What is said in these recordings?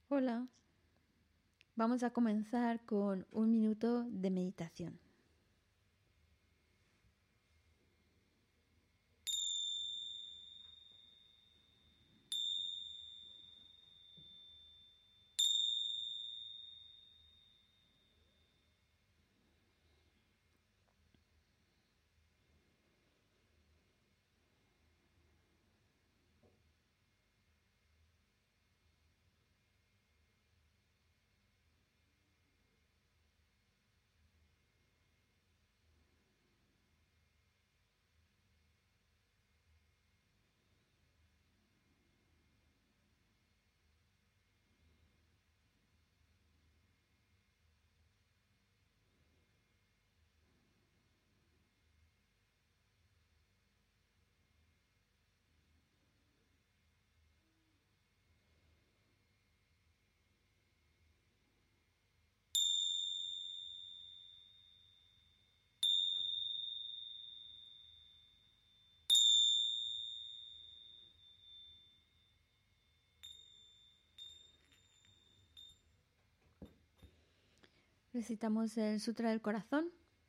Hola, vamos a comenzar con un minuto de meditación. Recitamos el Sutra del Corazón.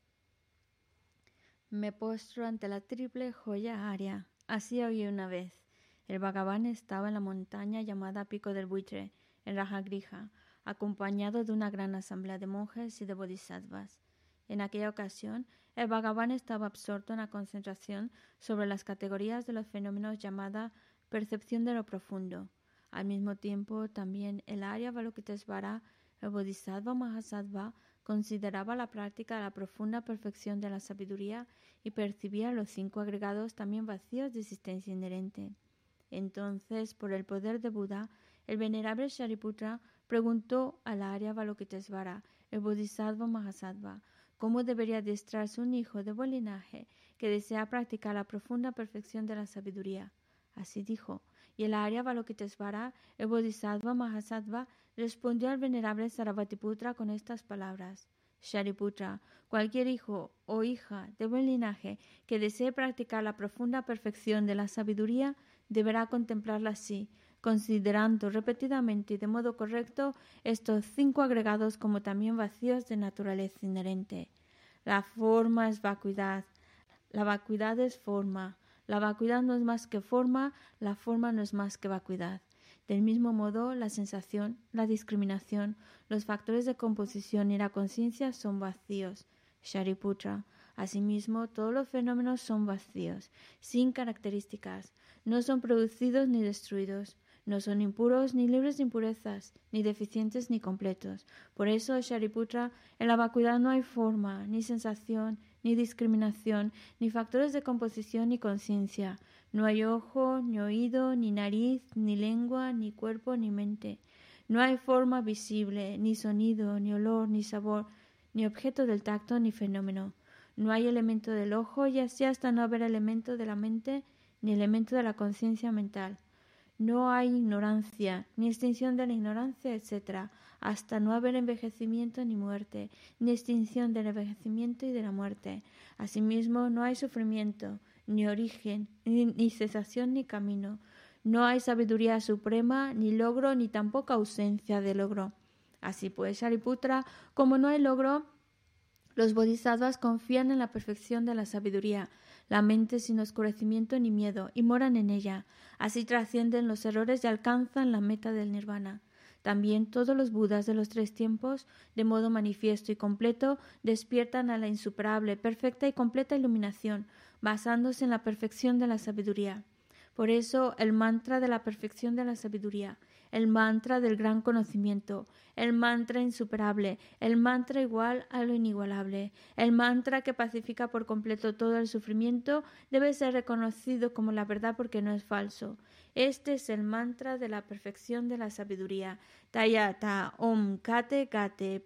Me postro ante la triple joya Arya. Así oí una vez. El Bhagavan estaba en la montaña llamada Pico del Buitre, en Rajagrija, acompañado de una gran asamblea de monjes y de bodhisattvas. En aquella ocasión, el Bhagavan estaba absorto en la concentración sobre las categorías de los fenómenos llamada percepción de lo profundo. Al mismo tiempo, también el Arya Avalokitesvara, el Bodhisattva Mahasattva, consideraba la práctica de la profunda perfección de la sabiduría y percibía los 5 agregados también vacíos de existencia inherente. Entonces, por el poder de Buda, el venerable Shariputra preguntó al Arya Avalokitesvara, el Bodhisattva Mahasattva, cómo debería adiestrarse un hijo de buen linaje que desea practicar la profunda perfección de la sabiduría. Así dijo, y el Arya Avalokitesvara, el Bodhisattva Mahasattva, respondió al venerable Sarabhatiputra con estas palabras: Shariputra, cualquier hijo o hija de buen linaje que desee practicar la profunda perfección de la sabiduría deberá contemplarla así, considerando repetidamente y de modo correcto estos 5 agregados como también vacíos de naturaleza inherente. La forma es vacuidad, la vacuidad es forma, la vacuidad no es más que forma, la forma no es más que vacuidad. Del mismo modo, la sensación, la discriminación, los factores de composición y la conciencia son vacíos. Shariputra. Asimismo, todos los fenómenos son vacíos, sin características, no son producidos ni destruidos, no son impuros ni libres de impurezas, ni deficientes ni completos. Por eso, Shariputra, en la vacuidad no hay forma, ni sensación, ni discriminación, ni factores de composición ni conciencia. No hay ojo, ni oído, ni nariz, ni lengua, ni cuerpo, ni mente. No hay forma visible, ni sonido, ni olor, ni sabor, ni objeto del tacto, ni fenómeno. No hay elemento del ojo y así hasta no haber elemento de la mente, ni elemento de la conciencia mental. No hay ignorancia, ni extinción de la ignorancia, etc., hasta no haber envejecimiento ni muerte, ni extinción del envejecimiento y de la muerte. Asimismo, no hay sufrimiento, ni origen, ni cesación, ni camino. No hay sabiduría suprema, ni logro, ni tampoco ausencia de logro. Así pues, Shariputra, como no hay logro, los bodhisattvas confían en la perfección de la sabiduría, la mente sin oscurecimiento ni miedo, y moran en ella. Así trascienden los errores y alcanzan la meta del nirvana. También todos los budas de los 3 tiempos, de modo manifiesto y completo, despiertan a la insuperable, perfecta y completa iluminación, basándose en la perfección de la sabiduría. Por eso el mantra de la perfección de la sabiduría, el mantra del gran conocimiento, el mantra insuperable, el mantra igual a lo inigualable, el mantra que pacifica por completo todo el sufrimiento, debe ser reconocido como la verdad porque no es falso. Este es el mantra de la perfección de la sabiduría. Tayata Om Kate Kate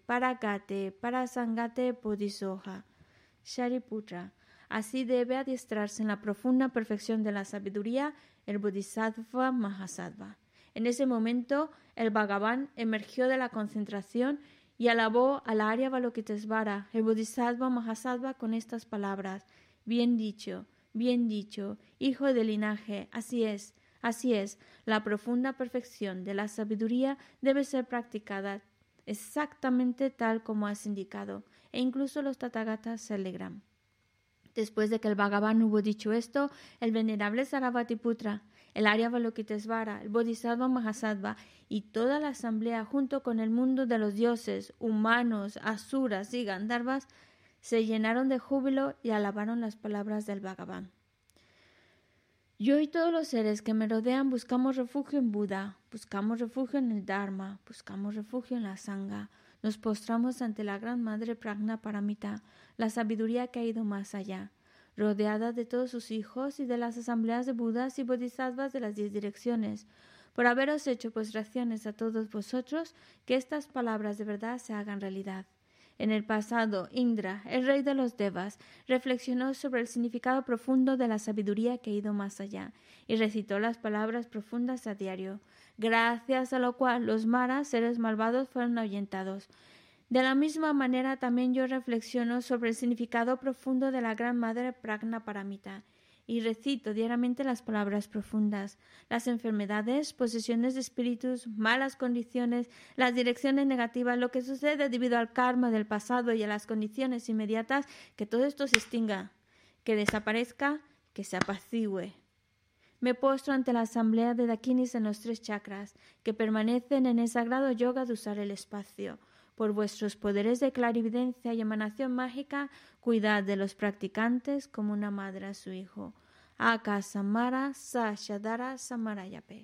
para Sangate Bodhisoha. Shariputra. Así debe adiestrarse en la profunda perfección de la sabiduría el Bodhisattva Mahasattva. En ese momento, el Bhagavan emergió de la concentración y alabó al Arya Avalokitesvara, el Bodhisattva Mahasattva, con estas palabras: bien dicho, hijo de linaje, así es, Así es, la profunda perfección de la sabiduría debe ser practicada exactamente tal como has indicado, e incluso los Tathagatas se alegran. Después de que el Bhagavan hubo dicho esto, el venerable Sarabhatiputra, el Arya Avalokitesvara, el Bodhisattva Mahasattva y toda la asamblea junto con el mundo de los dioses, humanos, asuras y gandharvas se llenaron de júbilo y alabaron las palabras del Bhagavan. Yo y todos los seres que me rodean buscamos refugio en Buda, buscamos refugio en el Dharma, buscamos refugio en la Sangha. Nos postramos ante la Gran Madre Prajna Paramita, la sabiduría que ha ido más allá, rodeada de todos sus hijos y de las asambleas de Budas y Bodhisattvas de las 10 direcciones. Por haberos hecho postraciones a todos vosotros, que estas palabras de verdad se hagan realidad. En el pasado, Indra, el rey de los Devas, reflexionó sobre el significado profundo de la sabiduría que ha ido más allá y recitó las palabras profundas a diario, gracias a lo cual los maras, seres malvados, fueron ahuyentados. De la misma manera también yo reflexiono sobre el significado profundo de la Gran Madre Prajna Paramita y recito diariamente las palabras profundas. Las enfermedades, posesiones de espíritus, malas condiciones, las direcciones negativas, lo que sucede debido al karma del pasado y a las condiciones inmediatas, que todo esto se extinga, que desaparezca, que se apacigüe. Me postro ante la asamblea de Dakinis en los 3 chakras, que permanecen en el sagrado yoga de usar el espacio. Por vuestros poderes de clarividencia y emanación mágica, cuidad de los practicantes como una madre a su hijo. Aka Samara Sashadara Samarayape.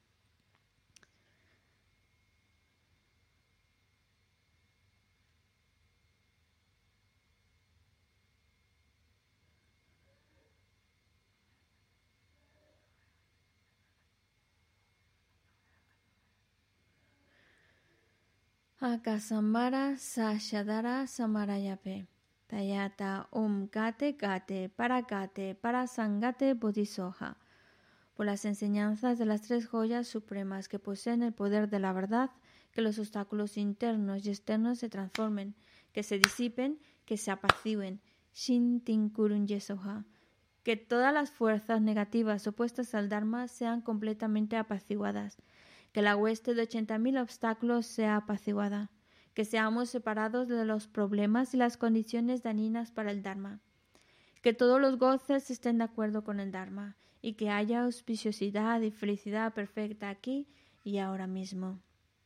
Akasamara Sashadara Samarayape. Tayata Om Gate Gate para Sangate Bodhisoha. Por las enseñanzas de las 3 joyas supremas que poseen el poder de la verdad, que los obstáculos internos y externos se transformen, que se disipen, que se apacigüen. Shin Tinkurun Yesoha. Que todas las fuerzas negativas opuestas al Dharma sean completamente apaciguadas. Que la hueste de 80.000 obstáculos sea apaciguada, que seamos separados de los problemas y las condiciones dañinas para el Dharma, que todos los goces estén de acuerdo con el Dharma y que haya auspiciosidad y felicidad perfecta aquí y ahora mismo.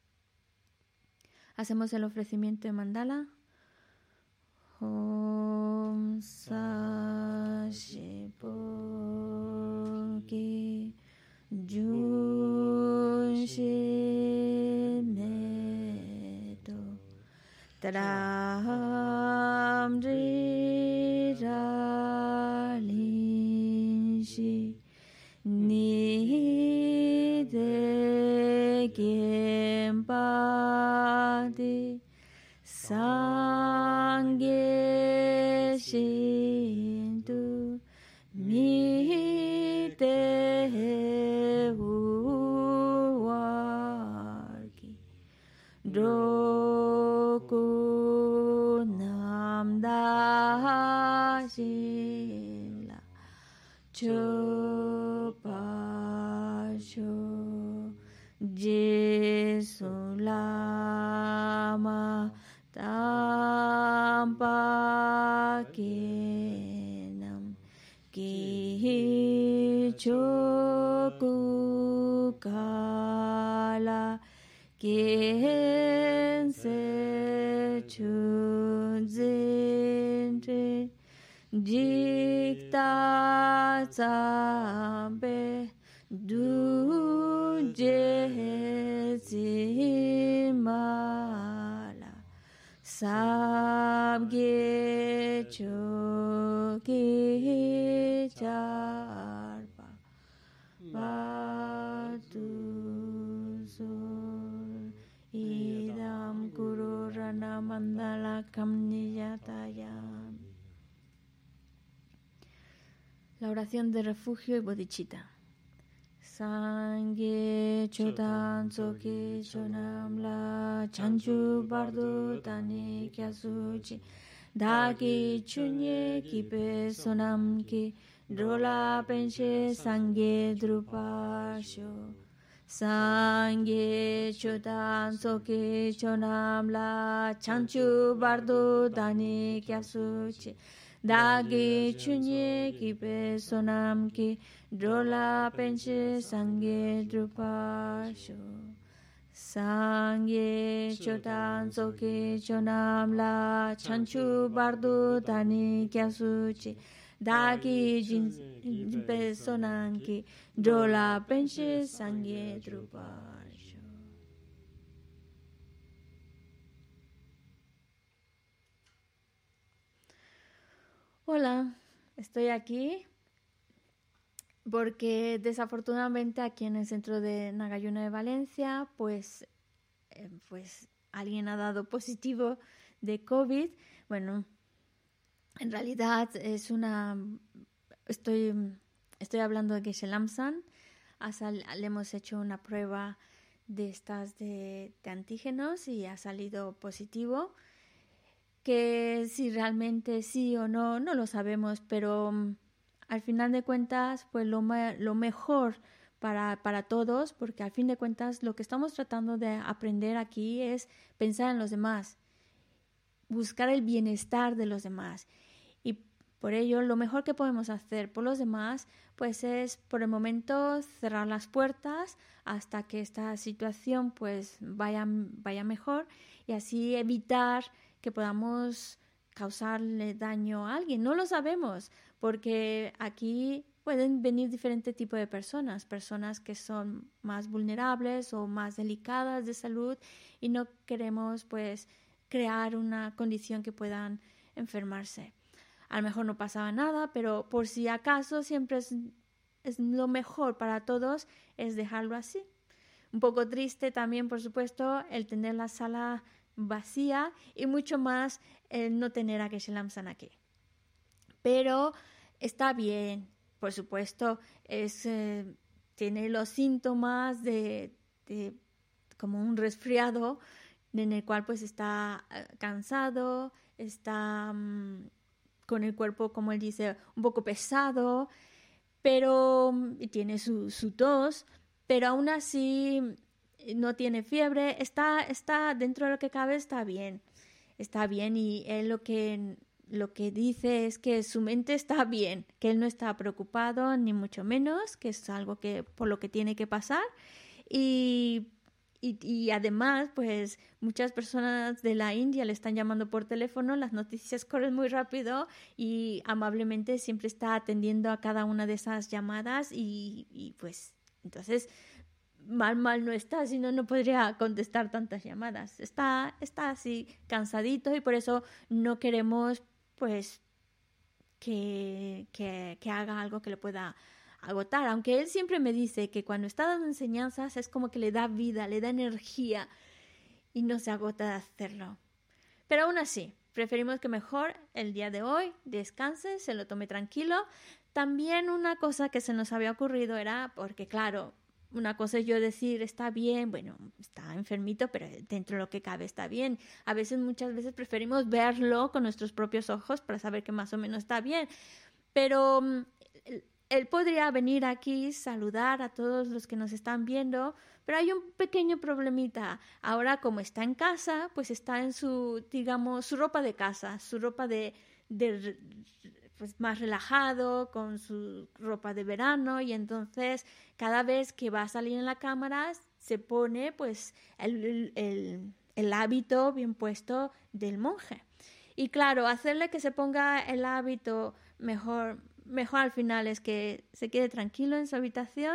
Hacemos el ofrecimiento de mandala. Om Sashi Poki Junshi Neto Tram Riralinshi Nide Gempati Sangye Shintu Mite Uwarki Roku Namda Shila Chopasho Jesulama Tampakinam Kichokukala Kense Chunzinte Jikta Zambe Dujezimala Sabge Choki Charpa Batu Sol Idam Guru Rana Mandala Kamniyatayam. La oración de refugio y bodhicitta. Sangye chodan soki chonam la chanchu bardo tani kyasuchi dagi chunye kipe sonam ki drola penche sangye drupasho sangye chodan soke chonam la chanchu bardo dani kyasuchi dagi chunye kipe sonam ki drola penche sangye drupasho sangye chodan soke chonam la chanchu bardo dani kyasuchi dagi jinpe sonam ki drola penche sangye drupasho. Hola, estoy aquí porque desafortunadamente aquí en el centro de Nagayuna de Valencia, pues alguien ha dado positivo de COVID. Bueno, en realidad estoy hablando de Geshe Lamsan. Le hemos hecho una prueba de estas de antígenos y ha salido positivo. Que si realmente sí o no, no lo sabemos, pero al final de cuentas, pues lo mejor para todos, porque al fin de cuentas lo que estamos tratando de aprender aquí es pensar en los demás, buscar el bienestar de los demás. Y por ello, lo mejor que podemos hacer por los demás, pues es por el momento cerrar las puertas hasta que esta situación pues vaya mejor y así evitar que podamos causarle daño a alguien. No lo sabemos, porque aquí pueden venir diferentes tipos de personas que son más vulnerables o más delicadas de salud y no queremos pues crear una condición que puedan enfermarse. A lo mejor no pasaba nada, pero por si acaso siempre es lo mejor para todos es dejarlo así. Un poco triste también, por supuesto, el tener la sala vacía y mucho más el no tener a Geshe Lamsan aquí. Pero está bien, por supuesto, tiene los síntomas de como un resfriado en el cual pues está cansado, está con el cuerpo, como él dice, un poco pesado, pero tiene su tos, pero aún así no tiene fiebre, está dentro de lo que cabe, está bien y él lo que dice es que su mente está bien, que él no está preocupado ni mucho menos, que es algo que por lo que tiene que pasar y además pues muchas personas de la India le están llamando por teléfono, las noticias corren muy rápido y amablemente siempre está atendiendo a cada una de esas llamadas y pues entonces mal no está, si no podría contestar tantas llamadas. Está así cansadito y por eso no queremos pues que haga algo que le pueda agotar, aunque él siempre me dice que cuando está dando enseñanzas es como que le da vida, le da energía y no se agota de hacerlo. Pero aún así, preferimos que mejor el día de hoy descanse, se lo tome tranquilo. También una cosa que se nos había ocurrido era, porque claro, una cosa es yo decir, está bien, bueno, está enfermito, pero dentro de lo que cabe está bien. Muchas veces preferimos verlo con nuestros propios ojos para saber que más o menos está bien. Pero él podría venir aquí, saludar a todos los que nos están viendo, pero hay un pequeño problemita. Ahora, como está en casa, pues está en su ropa de casa, su ropa de pues más relajado, con su ropa de verano, y entonces cada vez que va a salir en la cámara se pone pues el hábito bien puesto del monje. Y claro, hacerle que se ponga el hábito mejor al final es que se quede tranquilo en su habitación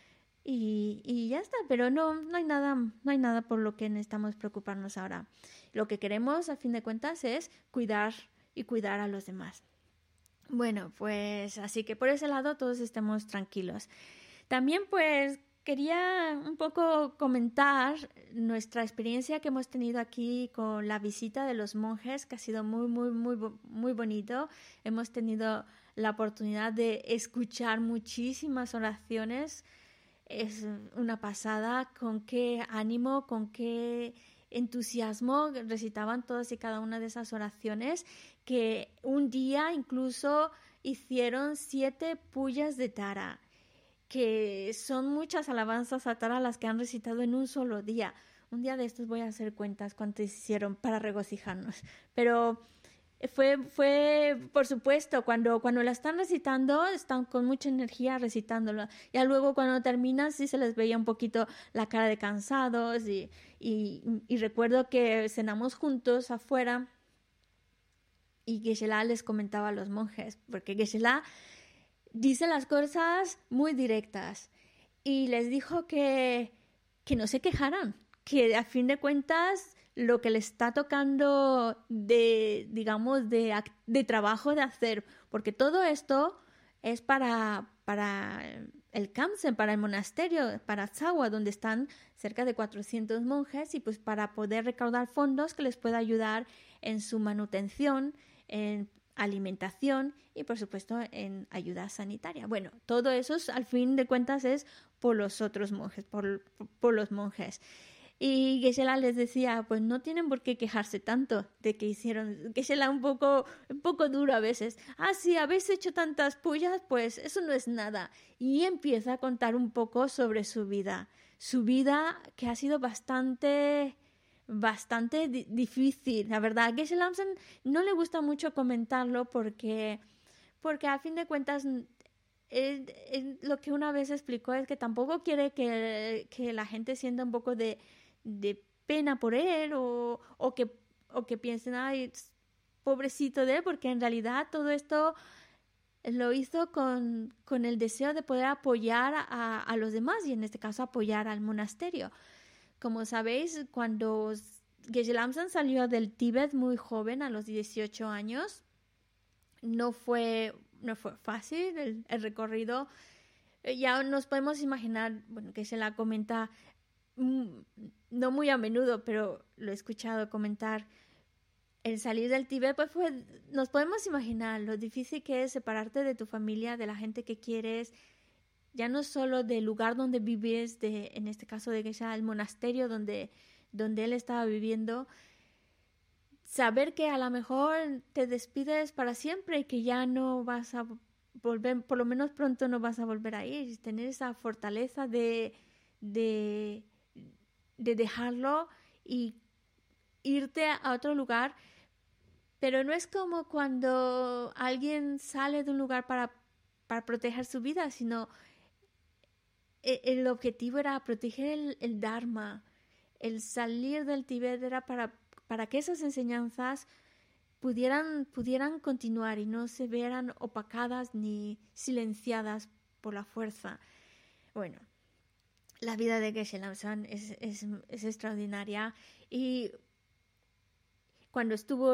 y ya está, pero no hay nada por lo que necesitamos preocuparnos ahora. Lo que queremos, a fin de cuentas, es cuidar a los demás. Bueno, pues así que por ese lado todos estemos tranquilos. También pues quería un poco comentar nuestra experiencia que hemos tenido aquí con la visita de los monjes, que ha sido muy bonito. Hemos tenido la oportunidad de escuchar muchísimas oraciones. Es una pasada, con qué ánimo, con qué entusiasmo recitaban todas y cada una de esas oraciones, que un día incluso hicieron 7 puyas de Tara, que son muchas alabanzas a Tara las que han recitado en un solo día. Un día de estos voy a hacer cuentas cuántas hicieron para regocijarnos. Pero por supuesto, cuando la están recitando, están con mucha energía recitándola. Ya luego cuando terminan, sí se les veía un poquito la cara de cansados. Y recuerdo que cenamos juntos afuera y Geshe-la les comentaba a los monjes, porque Geshe-la dice las cosas muy directas y les dijo que no se quejaran, que a fin de cuentas lo que le está tocando digamos, de trabajo de hacer, porque todo esto es para el Kamsen, para el monasterio, para Tsawa, donde están cerca de 400 monjes, y pues para poder recaudar fondos que les pueda ayudar en su manutención, en alimentación y por supuesto en ayuda sanitaria. Bueno, todo eso al fin de cuentas es por los otros monjes, por los monjes. Y Geshe-la les decía, pues no tienen por qué quejarse tanto de que hicieron. Geshe-la un poco duro a veces. Ah, sí, habéis hecho tantas puyas, pues eso no es nada. Y empieza a contar un poco sobre su vida. Su vida que ha sido bastante difícil. La verdad, a Geshe Lamson no le gusta mucho comentarlo porque a fin de cuentas lo que una vez explicó es que tampoco quiere que la gente sienta un poco de pena por él o que piensen, ay, pobrecito de él, porque en realidad todo esto lo hizo con el deseo de poder apoyar a los demás y en este caso apoyar al monasterio. Como sabéis, cuando Geshe Lamson salió del Tíbet muy joven, a los 18 años, no fue fácil el recorrido. Ya nos podemos imaginar, bueno, que se la comenta no muy a menudo, pero lo he escuchado comentar. El salir del Tíbet, pues nos podemos imaginar lo difícil que es separarte de tu familia, de la gente que quieres, ya no solo del lugar donde vives, en este caso de Geshe, el monasterio donde él estaba viviendo. Saber que a lo mejor te despides para siempre y que ya no vas a volver, por lo menos pronto no vas a volver a ir. Tener esa fortaleza de dejarlo y irte a otro lugar. Pero no es como cuando alguien sale de un lugar para proteger su vida, sino el objetivo era proteger el Dharma. El salir del Tíbet era para que esas enseñanzas pudieran continuar y no se vieran opacadas ni silenciadas por la fuerza. Bueno, la vida de Geshe Lamson es extraordinaria y cuando estuvo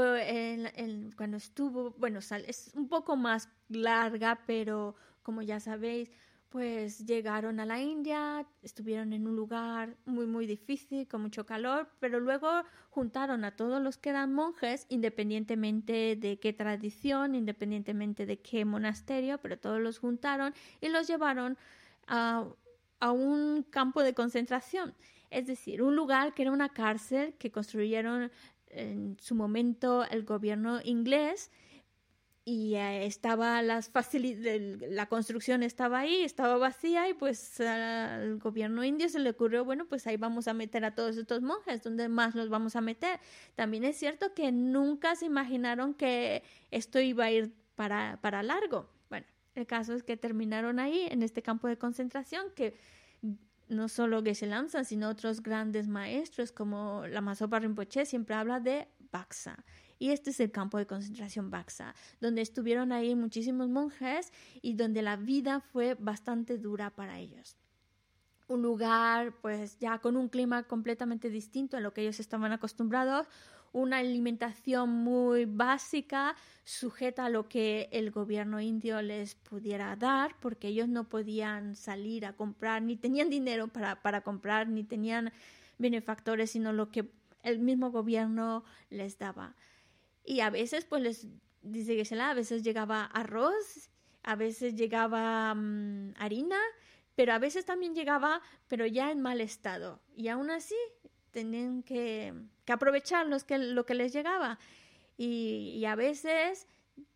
bueno, es un poco más larga, pero como ya sabéis, pues llegaron a la India, estuvieron en un lugar muy, muy difícil, con mucho calor, pero luego juntaron a todos los que eran monjes, independientemente de qué tradición, independientemente de qué monasterio, pero todos los juntaron y los llevaron a un campo de concentración, es decir, un lugar que era una cárcel que construyeron en su momento el gobierno inglés. Y estaba la construcción estaba ahí, estaba vacía y pues al gobierno indio se le ocurrió, bueno, pues ahí vamos a meter a todos estos monjes, ¿dónde más los vamos a meter? También es cierto que nunca se imaginaron que esto iba a ir para largo. Bueno, el caso es que terminaron ahí, en este campo de concentración, que no solo Geshe Lamson, sino otros grandes maestros como Lama Zopa Rinpoche siempre habla de Baksa. Y este es el campo de concentración Baksa, donde estuvieron ahí muchísimos monjes y donde la vida fue bastante dura para ellos. Un lugar, pues ya con un clima completamente distinto a lo que ellos estaban acostumbrados, una alimentación muy básica, sujeta a lo que el gobierno indio les pudiera dar, porque ellos no podían salir a comprar, ni tenían dinero para comprar, ni tenían benefactores, sino lo que el mismo gobierno les daba. Y a veces, pues les dice Geshe-la, a veces llegaba arroz, a veces llegaba harina, pero a veces también llegaba, pero ya en mal estado. Y aún así tenían que aprovechar lo que les llegaba. Y a veces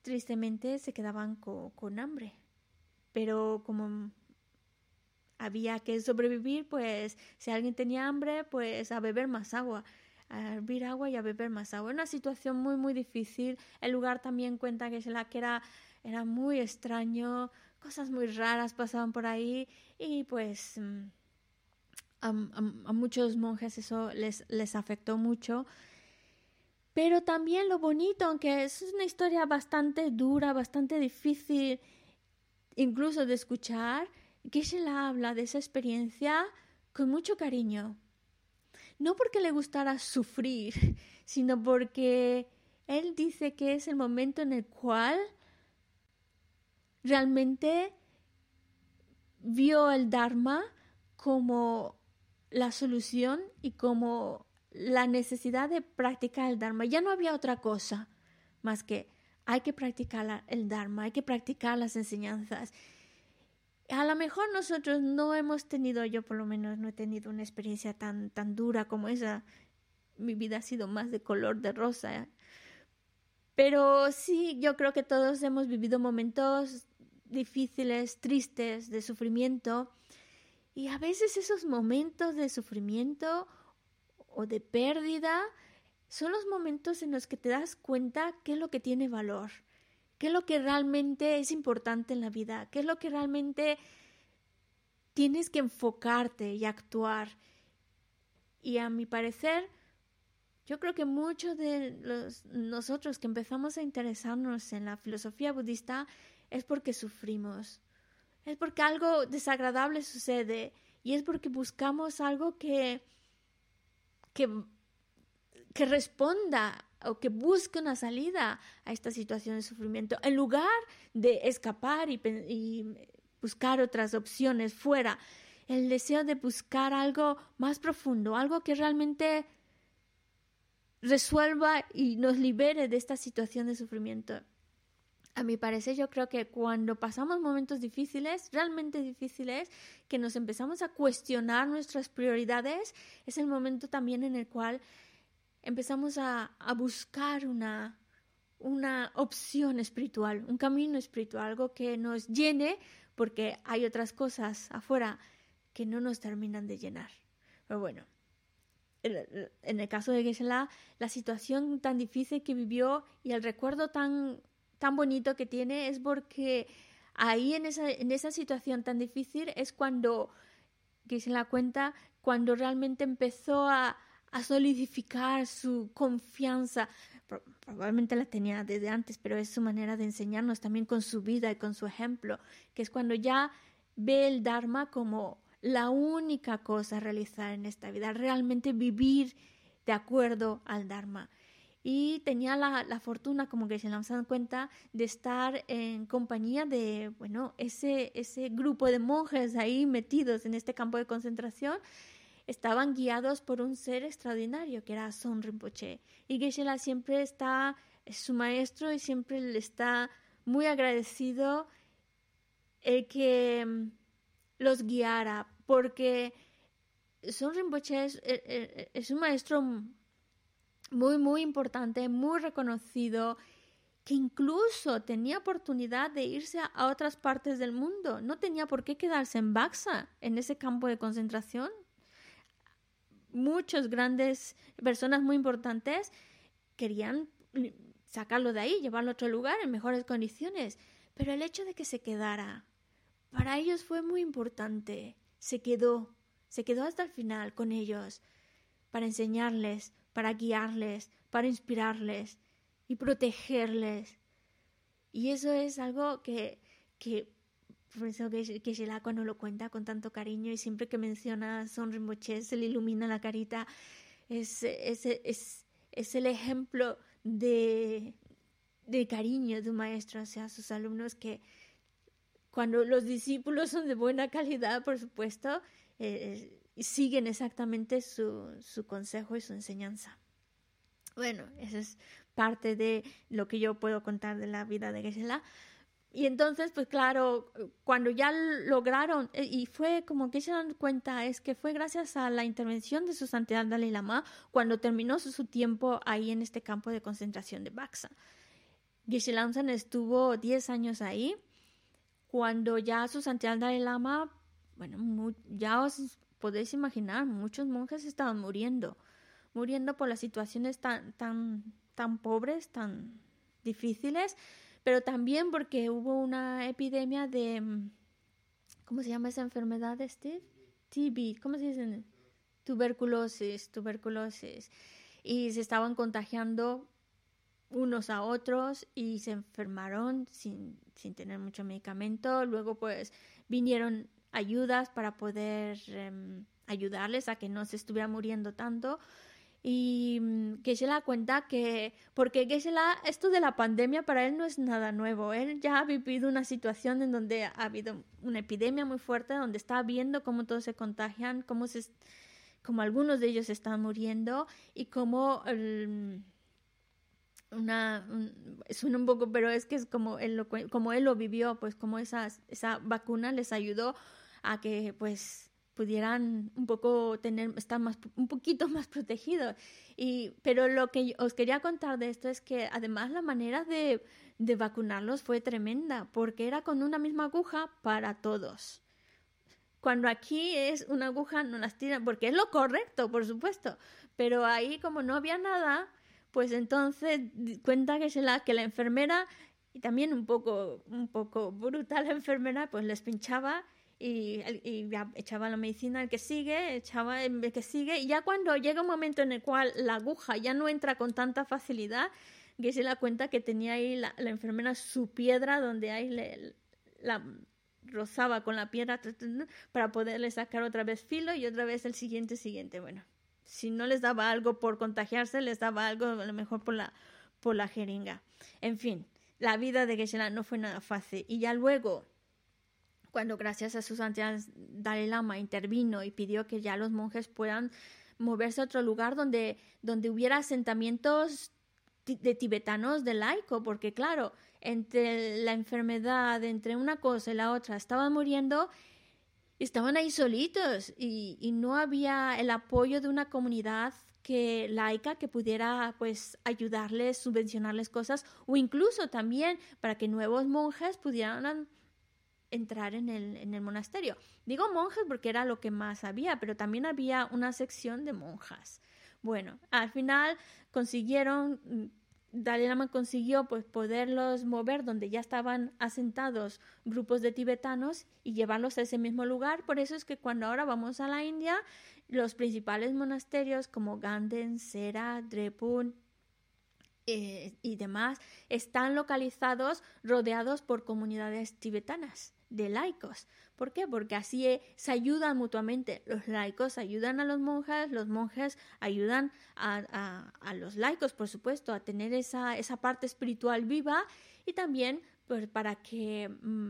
tristemente se quedaban con hambre. Pero como había que sobrevivir, pues si alguien tenía hambre, pues a beber más agua, a hervir agua y a beber más agua. Una situación muy, muy difícil. El lugar también cuenta que era muy extraño, cosas muy raras pasaban por ahí y pues a muchos monjes eso les afectó mucho. Pero también lo bonito, aunque es una historia bastante dura, bastante difícil incluso de escuchar, Geshe-la habla de esa experiencia con mucho cariño. No porque le gustara sufrir, sino porque él dice que es el momento en el cual realmente vio el Dharma como la solución y como la necesidad de practicar el Dharma. Ya no había otra cosa más que hay que practicar el Dharma, hay que practicar las enseñanzas. A lo mejor nosotros no hemos tenido, yo por lo menos no he tenido una experiencia tan dura como esa. Mi vida ha sido más de color de rosa. Pero sí, yo creo que todos hemos vivido momentos difíciles, tristes, de sufrimiento. Y a veces esos momentos de sufrimiento o de pérdida son los momentos en los que te das cuenta qué es lo que tiene valor, qué es lo que realmente es importante en la vida, qué es lo que realmente tienes que enfocarte y actuar. Y a mi parecer, yo creo que muchos de nosotros que empezamos a interesarnos en la filosofía budista es porque sufrimos, es porque algo desagradable sucede y es porque buscamos algo que responda o que busque una salida a esta situación de sufrimiento, en lugar de escapar y buscar otras opciones fuera. El deseo de buscar algo más profundo, algo que realmente resuelva y nos libere de esta situación de sufrimiento. A mi parecer, yo creo que cuando pasamos momentos difíciles, realmente difíciles, que nos empezamos a cuestionar nuestras prioridades, es el momento también en el cual empezamos a buscar una opción espiritual, un camino espiritual, algo que nos llene, porque hay otras cosas afuera que no nos terminan de llenar. Pero bueno, en el caso de Geshe-la, la situación tan difícil que vivió y el recuerdo tan bonito que tiene es porque ahí en esa situación tan difícil es cuando Geshe-la cuenta, cuando realmente empezó a solidificar su confianza. Probablemente la tenía desde antes, pero es su manera de enseñarnos también con su vida y con su ejemplo, que es cuando ya ve el Dharma como la única cosa a realizar en esta vida, realmente vivir de acuerdo al Dharma. Y tenía la fortuna, como que se nos dan cuenta, de estar en compañía de, ese grupo de monjes ahí metidos en este campo de concentración. Estaban guiados por un ser extraordinario que era Son Rinpoche. Y Geshe-la siempre es su maestro y siempre le está muy agradecido el que los guiara, porque Son Rinpoche es un maestro muy, muy importante, muy reconocido, que incluso tenía oportunidad de irse a otras partes del mundo. No tenía por qué quedarse en Baxa, en ese campo de concentración. Muchas grandes personas muy importantes querían sacarlo de ahí, llevarlo a otro lugar en mejores condiciones. Pero el hecho de que se quedara, para ellos fue muy importante. Se quedó hasta el final con ellos, para enseñarles, para guiarles, para inspirarles y protegerles. Y eso es algo que por eso que Geshe-la cuando lo cuenta con tanto cariño y siempre que menciona a Son Rinpoche se le ilumina la carita. Es el ejemplo de cariño de un maestro hacia sus alumnos, que cuando los discípulos son de buena calidad, por supuesto, siguen exactamente su consejo y su enseñanza. Bueno, eso es parte de lo que yo puedo contar de la vida de Geshe-la. Y entonces, pues claro, cuando ya lograron, y fue como que se dan cuenta, es que fue gracias a la intervención de su santidad Dalai Lama cuando terminó su tiempo ahí en este campo de concentración de Baxa. Geshe Lamsan estuvo 10 años ahí, cuando ya su santidad Dalai Lama, bueno, ya os podéis imaginar, muchos monjes estaban muriendo por las situaciones tan pobres, tan difíciles, pero también porque hubo una epidemia de, ¿cómo se llama esa enfermedad, Steve? TB, ¿cómo se dice? Tuberculosis. Y se estaban contagiando unos a otros y se enfermaron sin tener mucho medicamento. Luego pues vinieron ayudas para poder ayudarles a que no se estuviera muriendo tanto. Y Geshe-la cuenta que, porque Geshe-la, esto de la pandemia para él no es nada nuevo. Él ya ha vivido una situación en donde ha habido una epidemia muy fuerte, donde está viendo cómo todos se contagian, como algunos de ellos están muriendo y cómo suena un poco, pero es que es como él lo vivió, pues como esa vacuna les ayudó a que pues pudieran un poco estar un poquito más protegidos. Pero lo que os quería contar de esto es que además la manera de vacunarlos fue tremenda, porque era con una misma aguja para todos. Cuando aquí es una aguja, no las tiran, porque es lo correcto, por supuesto, pero ahí como no había nada, pues entonces cuenta que la enfermera, y también un poco brutal la enfermera, pues les pinchaba y ya echaba la medicina al que sigue, echaba el que sigue, y ya cuando llega un momento en el cual la aguja ya no entra con tanta facilidad, que se da cuenta que tenía ahí la enfermera su piedra donde ahí la rozaba con la piedra para poderle sacar otra vez filo y otra vez el siguiente. Bueno, si no les daba algo por contagiarse, les daba algo a lo mejor por la jeringa. En fin, la vida de Geshe-la no fue nada fácil. Y ya luego, cuando gracias a su santidad Dalai Lama intervino y pidió que ya los monjes puedan moverse a otro lugar donde hubiera asentamientos de tibetanos de laico, porque claro, entre la enfermedad, entre una cosa y la otra, estaban muriendo, estaban ahí solitos y no había el apoyo de una comunidad laica que pudiera pues ayudarles, subvencionarles cosas, o incluso también para que nuevos monjes pudieran entrar en el monasterio. Digo monjes porque era lo que más había, pero también había una sección de monjas. Bueno, al final Dalai Lama consiguió pues poderlos mover donde ya estaban asentados grupos de tibetanos y llevarlos a ese mismo lugar. Por eso es que cuando ahora vamos a la India, los principales monasterios como Ganden, Sera, Drepung y demás están localizados rodeados por comunidades tibetanas de laicos. ¿Por qué? Porque así se ayudan mutuamente. Los laicos ayudan a los monjes ayudan a los laicos, por supuesto, a tener esa parte espiritual viva y también pues, para que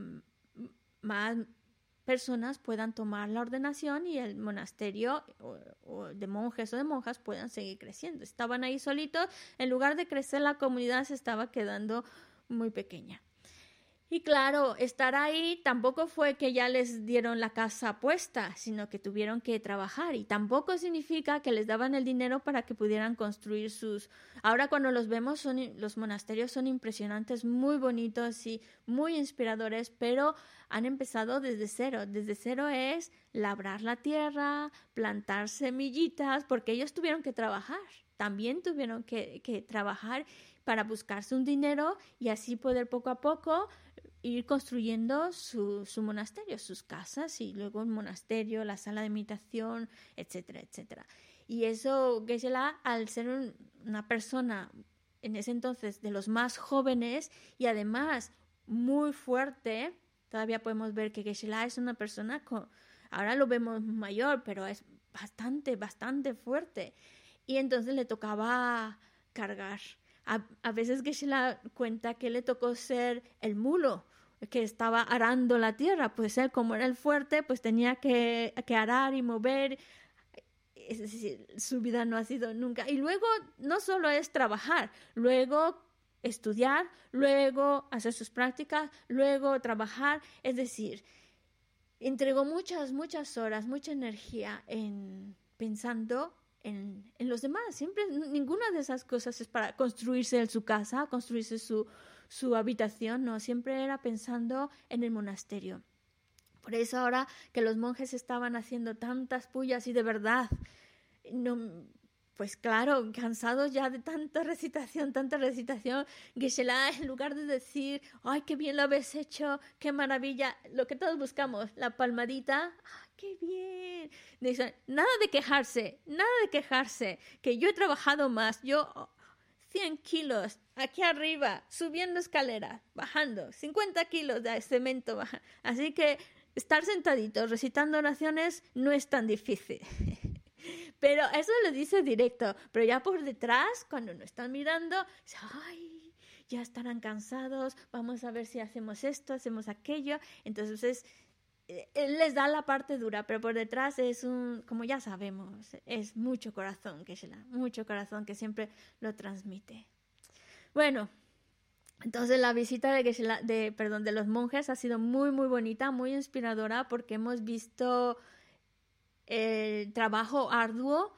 más personas puedan tomar la ordenación y el monasterio o de monjes o de monjas puedan seguir creciendo. Estaban ahí solitos, en lugar de crecer la comunidad se estaba quedando muy pequeña. Y claro, estar ahí tampoco fue que ya les dieron la casa puesta, sino que tuvieron que trabajar. Y tampoco significa que les daban el dinero para que pudieran construir sus... Ahora cuando los vemos, los monasterios son impresionantes, muy bonitos y muy inspiradores, pero han empezado desde cero. Desde cero es labrar la tierra, plantar semillitas, porque ellos tuvieron que trabajar. También tuvieron que trabajar para buscarse un dinero y así poder poco a poco ir construyendo su monasterio, sus casas y luego el monasterio, la sala de meditación, etcétera, etcétera. Y eso, Geshe-la, al ser una persona en ese entonces de los más jóvenes y además muy fuerte, todavía podemos ver que Geshe-la es una persona, ahora lo vemos mayor, pero es bastante fuerte. Y entonces le tocaba cargar. A veces Geshe-la cuenta que le tocó ser el mulo que estaba arando la tierra, pues él como era el fuerte, pues tenía que arar y mover. Es decir, su vida no ha sido nunca. Y luego no solo es trabajar, luego estudiar, luego hacer sus prácticas, luego trabajar. Es decir, entregó muchas horas, mucha energía pensando en los demás. Siempre, ninguna de esas cosas es para construirse su casa, construirse su su habitación, no, siempre era pensando en el monasterio. Por eso ahora que los monjes estaban haciendo tantas pullas y de verdad, no, pues claro, cansados ya de tanta recitación, Geshe-la, en lugar de decir, ¡ay, qué bien lo habéis hecho! ¡Qué maravilla! Lo que todos buscamos, la palmadita, ¡ay, qué bien! Dicen, nada de quejarse, que yo he trabajado más, yo 100 kilos aquí arriba, subiendo escaleras, bajando, 50 kilos de cemento, bajando. Así que estar sentaditos recitando oraciones no es tan difícil. Pero eso lo dice directo. Pero ya por detrás, cuando no están mirando, ¡ay! Ya estarán cansados. Vamos a ver si hacemos esto, hacemos aquello. Entonces, él les da la parte dura, pero por detrás es como ya sabemos, es mucho corazón, mucho corazón que siempre lo transmite. Bueno. Entonces la visita de los monjes ha sido muy, muy bonita, muy inspiradora porque hemos visto el trabajo arduo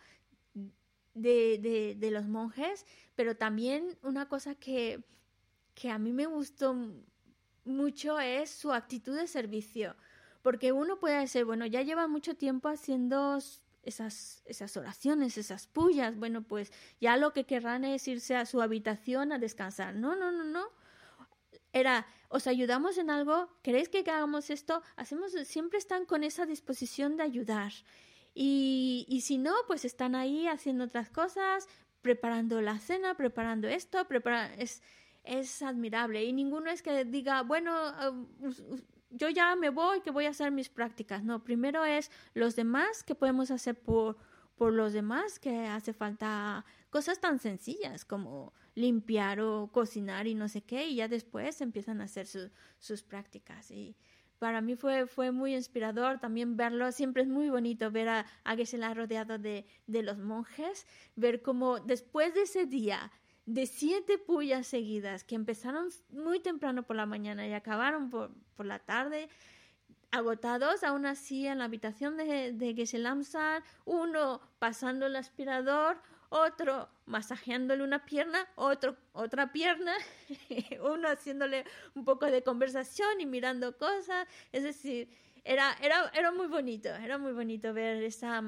de los monjes, pero también una cosa que a mí me gustó mucho es su actitud de servicio, porque uno puede decir, bueno, ya lleva mucho tiempo haciendo esas oraciones, esas pullas, bueno, pues ya lo que querrán es irse a su habitación a descansar. No. Era, os ayudamos en algo, ¿queréis que hagamos esto? Siempre están con esa disposición de ayudar. Y si no, pues están ahí haciendo otras cosas, preparando la cena, preparando esto, es admirable. Y ninguno es que diga, bueno, yo ya me voy, que voy a hacer mis prácticas. No, primero es los demás, que podemos hacer por los demás, que hace falta cosas tan sencillas como limpiar o cocinar y no sé qué, y ya después empiezan a hacer sus prácticas. Y para mí fue muy inspirador también verlo. Siempre es muy bonito ver a Geshe-la rodeado de los monjes, ver cómo después de ese día de 7 pullas seguidas que empezaron muy temprano por la mañana y acabaron por la tarde, agotados, aún así en la habitación de Geshe-la, uno pasando el aspirador, otro masajeándole una pierna, otra pierna, uno haciéndole un poco de conversación y mirando cosas. Es decir, era muy bonito ver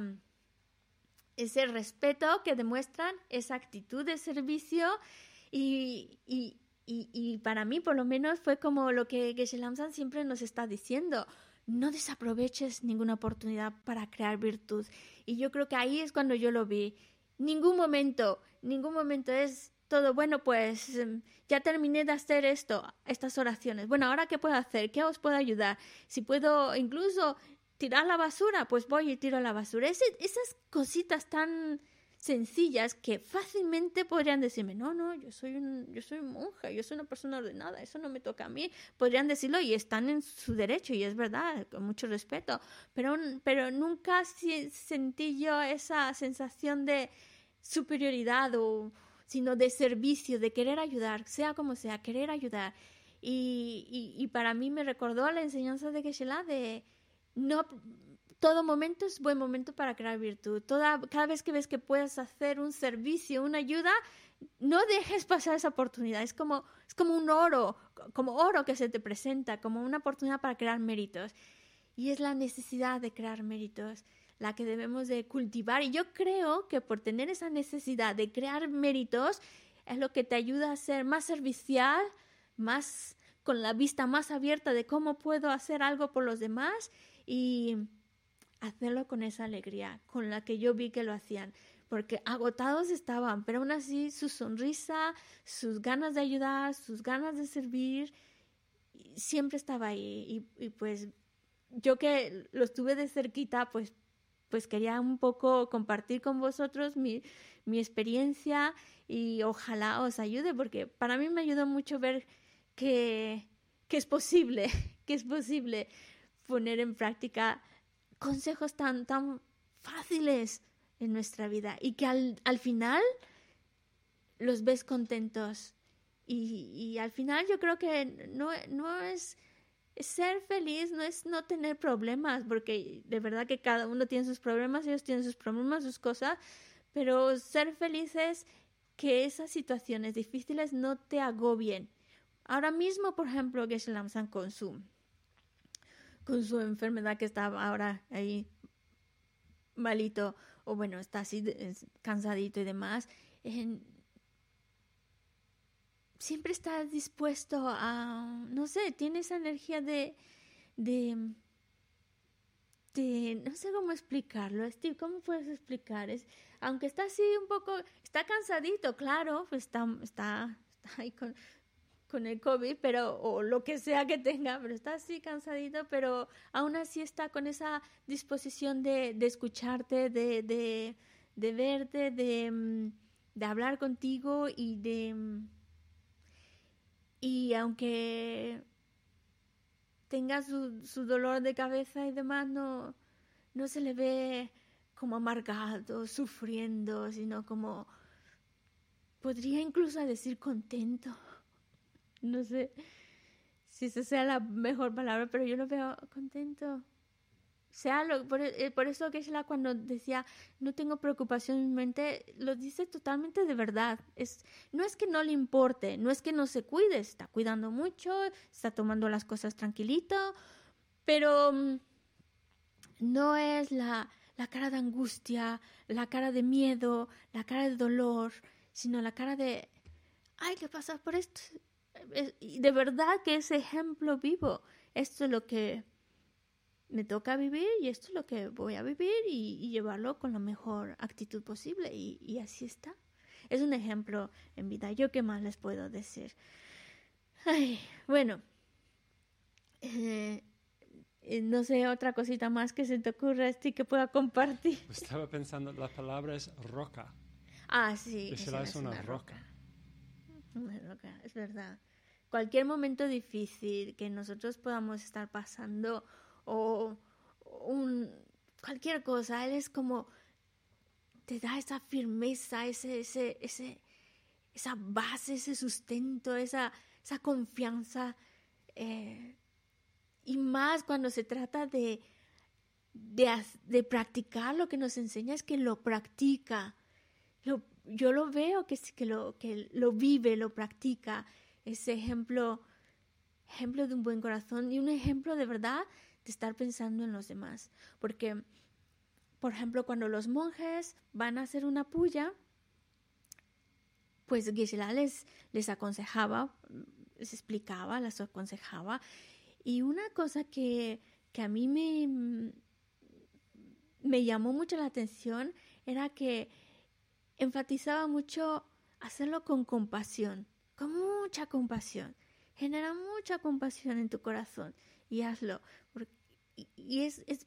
ese respeto que demuestran, esa actitud de servicio y para mí, por lo menos, fue como lo que Geshe-la siempre nos está diciendo. No desaproveches ninguna oportunidad para crear virtud. Y yo creo que ahí es cuando yo lo vi. Ningún momento es todo, bueno, pues ya terminé de hacer estas oraciones. Bueno, ¿ahora qué puedo hacer? ¿Qué os puedo ayudar? Si puedo incluso tirar la basura, pues voy y tiro la basura. Esas cositas tan sencillas que fácilmente podrían decirme, no, yo soy monja, yo soy una persona ordenada, eso no me toca a mí. Podrían decirlo y están en su derecho y es verdad, con mucho respeto, pero nunca sentí yo esa sensación de superioridad sino de servicio, de querer ayudar, sea como sea, querer ayudar. Y para mí me recordó la enseñanza de Geshe-la de no... Todo momento es buen momento para crear virtud. Cada vez que ves que puedes hacer un servicio, una ayuda, no dejes pasar esa oportunidad. Es como un oro, como oro que se te presenta, como una oportunidad para crear méritos. Y es la necesidad de crear méritos la que debemos de cultivar. Y yo creo que por tener esa necesidad de crear méritos es lo que te ayuda a ser más servicial, más con la vista más abierta de cómo puedo hacer algo por los demás y hacerlo con esa alegría con la que yo vi que lo hacían, porque agotados estaban, pero aún así su sonrisa, sus ganas de ayudar, sus ganas de servir, siempre estaba ahí. Y pues yo que los tuve de cerquita, pues quería un poco compartir con vosotros mi experiencia y ojalá os ayude, porque para mí me ayudó mucho ver que es posible, poner en práctica consejos tan fáciles en nuestra vida y que al final los ves contentos y al final yo creo que no es ser feliz, no es no tener problemas, porque de verdad que cada uno tiene sus problemas, ellos tienen sus problemas, sus cosas, pero ser feliz es que esas situaciones difíciles no te agobien. Ahora mismo, por ejemplo, Geshe Lamsan con su enfermedad que está ahora ahí malito, o bueno, está así cansadito y demás, siempre está dispuesto a, no sé, tiene esa energía de no sé cómo explicarlo, Steve, ¿cómo puedes explicar? Aunque está así un poco, está cansadito, claro, pues está ahí con el COVID, pero, o lo que sea que tenga, pero está así cansadito, pero aún así está con esa disposición de escucharte, de verte, de hablar contigo y aunque tenga su dolor de cabeza y demás, no se le ve como amargado, sufriendo, sino como, podría incluso decir contento. No sé si esa sea la mejor palabra, pero yo lo veo contento. Por eso Geshe-la cuando decía no tengo preocupación en mi mente, lo dice totalmente de verdad. No es que no le importe, no es que no se cuide, está cuidando mucho, está tomando las cosas tranquilito, pero no es la cara de angustia, la cara de miedo, la cara de dolor, sino la cara de hay que pasar por esto. Y de verdad que es ejemplo vivo. Esto es lo que me toca vivir y esto es lo que voy a vivir y llevarlo con la mejor actitud posible y así está. Es un ejemplo en vida. ¿Yo qué más les puedo decir? Ay, bueno, no sé, otra cosita más que se te ocurra, que pueda compartir. Estaba pensando, la palabra es roca. Ah, sí. Esa es una roca. Una roca, es verdad. Cualquier momento difícil que nosotros podamos estar pasando o cualquier cosa, él es como te da esa firmeza, esa base, ese sustento, esa confianza, y más cuando se trata de practicar lo que nos enseña, es que lo practica. Yo lo veo que lo vive, lo practica. Ese ejemplo de un buen corazón y un ejemplo de verdad de estar pensando en los demás. Porque, por ejemplo, cuando los monjes van a hacer una puya, pues Geshe-la les aconsejaba, les explicaba, les aconsejaba. Y una cosa que a mí me llamó mucho la atención era que enfatizaba mucho hacerlo con compasión, con mucha compasión. Genera mucha compasión en tu corazón y hazlo. Y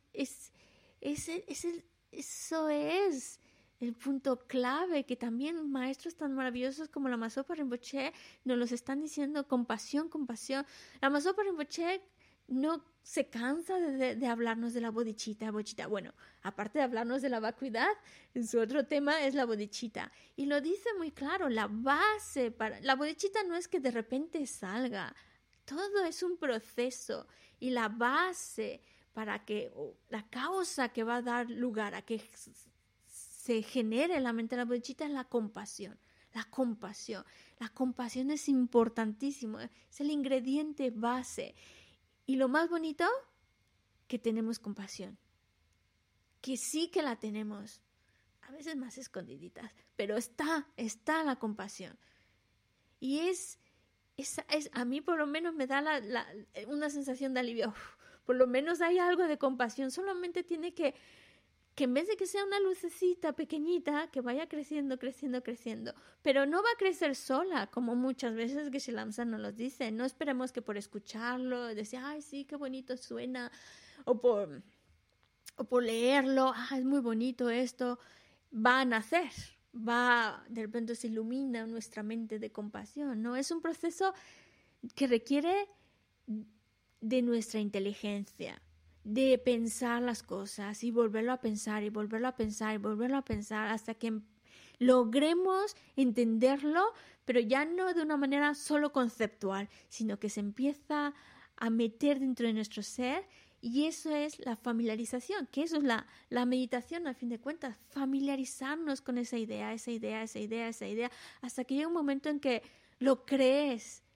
eso es el punto clave que también maestros tan maravillosos como Lama Zopa Rinpoche nos los están diciendo, compasión, compasión. Lama Zopa Rinpoche no se cansa de hablarnos de la bodhicitta. Bueno, aparte de hablarnos de la vacuidad, su otro tema es la bodhicitta. Y lo dice muy claro, la base para... La bodhicitta no es que de repente salga, todo es un proceso. Y la base para que, la causa que va a dar lugar a que se genere en la mente de la bodhicitta es la compasión. La compasión. La compasión es importantísimo, es el ingrediente base. Y lo más bonito, que tenemos compasión. Que sí que la tenemos. A veces más escondiditas, pero está la compasión. Y a mí por lo menos me da una sensación de alivio. Uf, por lo menos hay algo de compasión. Solamente tiene que en vez de que sea una lucecita pequeñita, que vaya creciendo, creciendo, creciendo. Pero no va a crecer sola, como muchas veces Geshe Lamsa nos lo dice. No esperemos que por escucharlo, decir, ay, sí, qué bonito suena, o por leerlo, es muy bonito esto, va a nacer, de repente se ilumina nuestra mente de compasión, ¿no? Es un proceso que requiere de nuestra inteligencia, de pensar las cosas y volverlo a pensar y volverlo a pensar y volverlo a pensar hasta que logremos entenderlo, pero ya no de una manera solo conceptual, sino que se empieza a meter dentro de nuestro ser. Y eso es la familiarización, que eso es la meditación, a fin de cuentas, familiarizarnos con esa idea, hasta que llega un momento en que lo crees,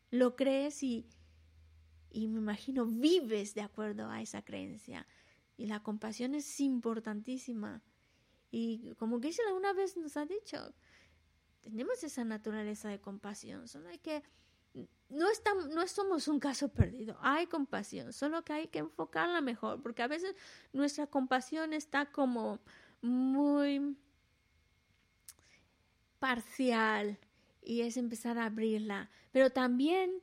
lo crees y me imagino vives de acuerdo a esa creencia. Y la compasión es importantísima. Y como Geshe-la una vez nos ha dicho, tenemos esa naturaleza de compasión, solo hay que no somos un caso perdido, hay compasión, solo que hay que enfocarla mejor, porque a veces nuestra compasión está como muy parcial y es empezar a abrirla, pero también,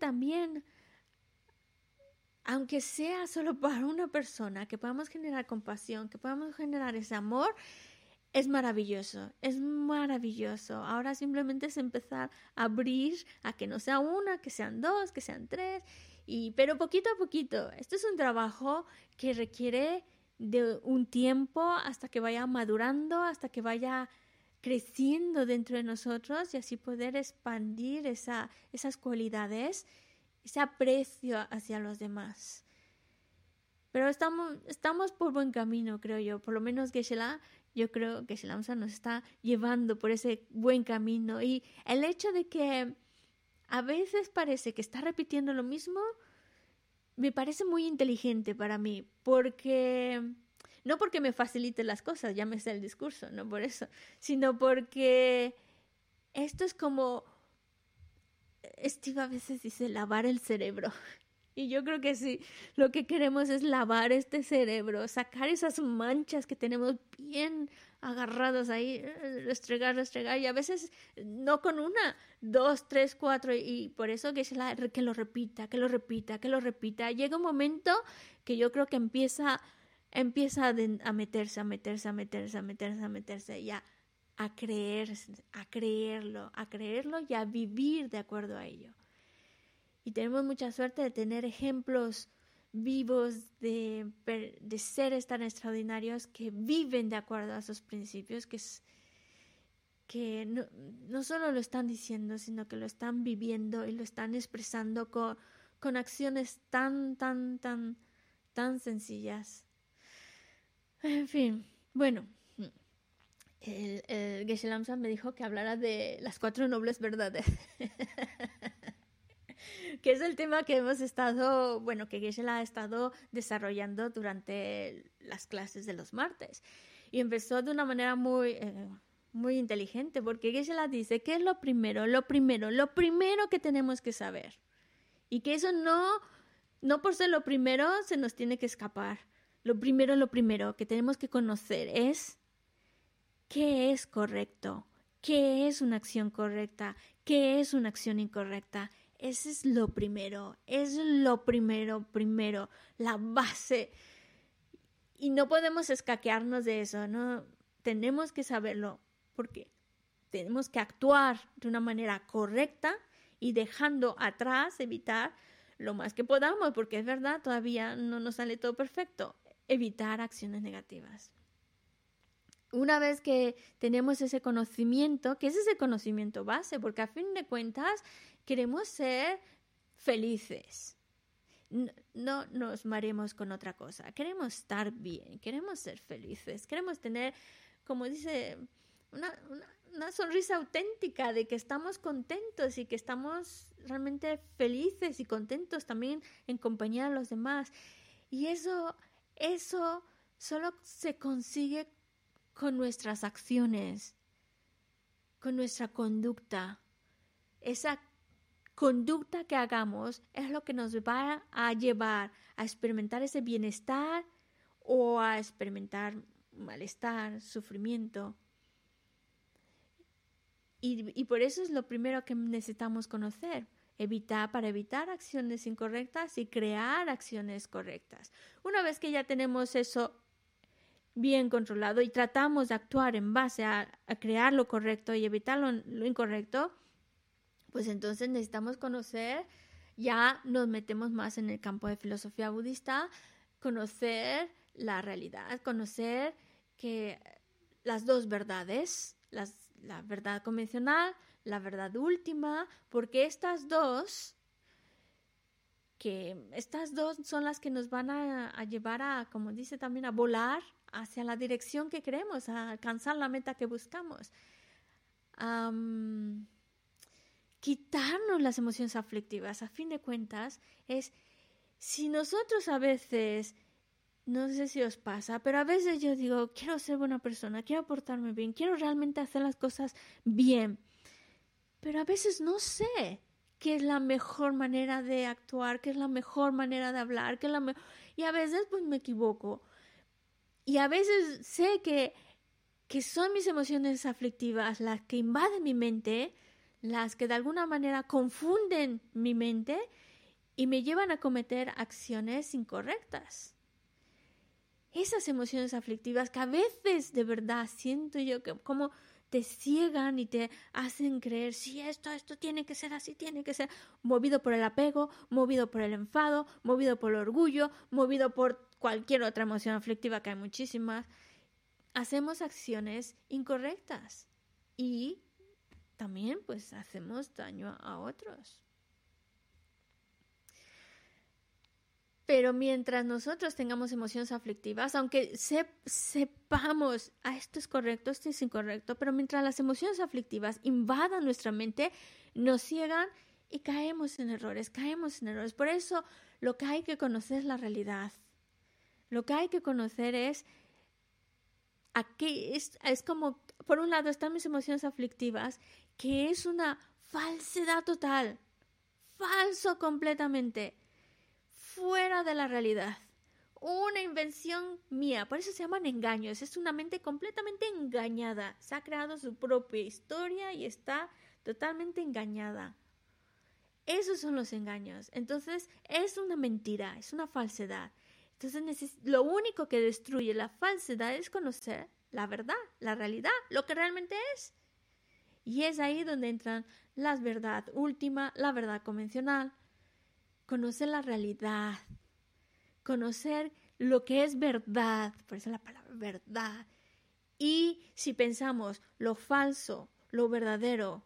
aunque sea solo para una persona, que podamos generar compasión, que podamos generar ese amor, es maravilloso, es maravilloso. Ahora simplemente es empezar a abrir a que no sea una, que sean dos, que sean tres, pero poquito a poquito. Esto es un trabajo que requiere de un tiempo hasta que vaya madurando, hasta que vaya creciendo dentro de nosotros y así poder expandir esas cualidades, ese aprecio hacia los demás. Pero estamos por buen camino, creo yo. Por lo menos Geshe-la, yo creo que Geshe-la nos está llevando por ese buen camino. Y el hecho de que a veces parece que está repitiendo lo mismo, me parece muy inteligente para mí. No porque me facilite las cosas, ya me sé el discurso, no por eso. Sino porque esto es como Steve a veces dice lavar el cerebro. Y yo creo que sí, lo que queremos es lavar este cerebro, sacar esas manchas que tenemos bien agarradas ahí, restregar, y a veces no con una, 2, 3, 4, y por eso que lo repita. Llega un momento que yo creo que empieza a meterse ya a creerlo y a vivir de acuerdo a ello. Y tenemos mucha suerte de tener ejemplos vivos de seres tan extraordinarios que viven de acuerdo a esos principios, que no solo lo están diciendo, sino que lo están viviendo y lo están expresando con acciones tan sencillas. En fin, bueno, el Geshe-la me dijo que hablara de las 4 nobles verdades. Que es el tema que que Geshe-la ha estado desarrollando durante las clases de los martes. Y empezó de una manera muy inteligente, porque Geshe-la dice que es lo primero que tenemos que saber. Y que eso no por ser lo primero se nos tiene que escapar. Lo primero que tenemos que conocer es qué es correcto, qué es una acción correcta, qué es una acción incorrecta. Ese es lo primero, la base. Y no podemos escaquearnos de eso, ¿no? Tenemos que saberlo porque tenemos que actuar de una manera correcta y dejando atrás, evitar lo más que podamos, porque es verdad, todavía no nos sale todo perfecto, evitar acciones negativas. Una vez que tenemos ese conocimiento, que es ese conocimiento base, porque a fin de cuentas queremos ser felices. No nos maremos con otra cosa. Queremos estar bien, queremos ser felices, queremos tener, como dice, una sonrisa auténtica de que estamos contentos y que estamos realmente felices y contentos también en compañía de los demás. Y eso solo se consigue con nuestras acciones, con nuestra conducta. Esa conducta que hagamos es lo que nos va a llevar a experimentar ese bienestar o a experimentar malestar, sufrimiento. Y por eso es lo primero que necesitamos conocer. Para evitar acciones incorrectas y crear acciones correctas. Una vez que ya tenemos eso bien controlado y tratamos de actuar en base a crear lo correcto y evitar lo incorrecto, pues entonces necesitamos conocer, ya nos metemos más en el campo de filosofía budista, conocer la realidad, conocer que las dos verdades, la verdad convencional, la verdad última, porque estas dos son las que nos van a llevar a, como dice también, a volar hacia la dirección que queremos, a alcanzar la meta que buscamos. quitarnos las emociones aflictivas. A fin de cuentas, es si nosotros a veces, no sé si os pasa, pero a veces yo digo, quiero ser buena persona, quiero portarme bien, quiero realmente hacer las cosas bien, pero a veces no sé qué es la mejor manera de actuar, qué es la mejor manera de hablar, y a veces pues me equivoco. Y a veces sé que son mis emociones aflictivas las que invaden mi mente, las que de alguna manera confunden mi mente y me llevan a cometer acciones incorrectas. Esas emociones aflictivas que a veces de verdad siento yo que como te ciegan y te hacen creer, sí, esto tiene que ser así, tiene que ser movido por el apego, movido por el enfado, movido por el orgullo, movido por cualquier otra emoción aflictiva, que hay muchísimas. Hacemos acciones incorrectas y también pues hacemos daño a otros. Pero mientras nosotros tengamos emociones aflictivas, aunque sepamos, esto es correcto, esto es incorrecto, pero mientras las emociones aflictivas invadan nuestra mente, nos ciegan y caemos en errores. Por eso lo que hay que conocer es la realidad. Lo que hay que conocer es como, por un lado están mis emociones aflictivas, que es una falsedad total, falso completamente, fuera de la realidad, una invención mía, por eso se llaman engaños, es una mente completamente engañada, se ha creado su propia historia y está totalmente engañada. Esos son los engaños, entonces es una mentira, es una falsedad. Entonces lo único que destruye la falsedad es conocer la verdad, la realidad, lo que realmente es. Y es ahí donde entran la verdad última, la verdad convencional. Conocer la realidad, conocer lo que es verdad, por eso la palabra verdad. Y si pensamos lo falso, lo verdadero,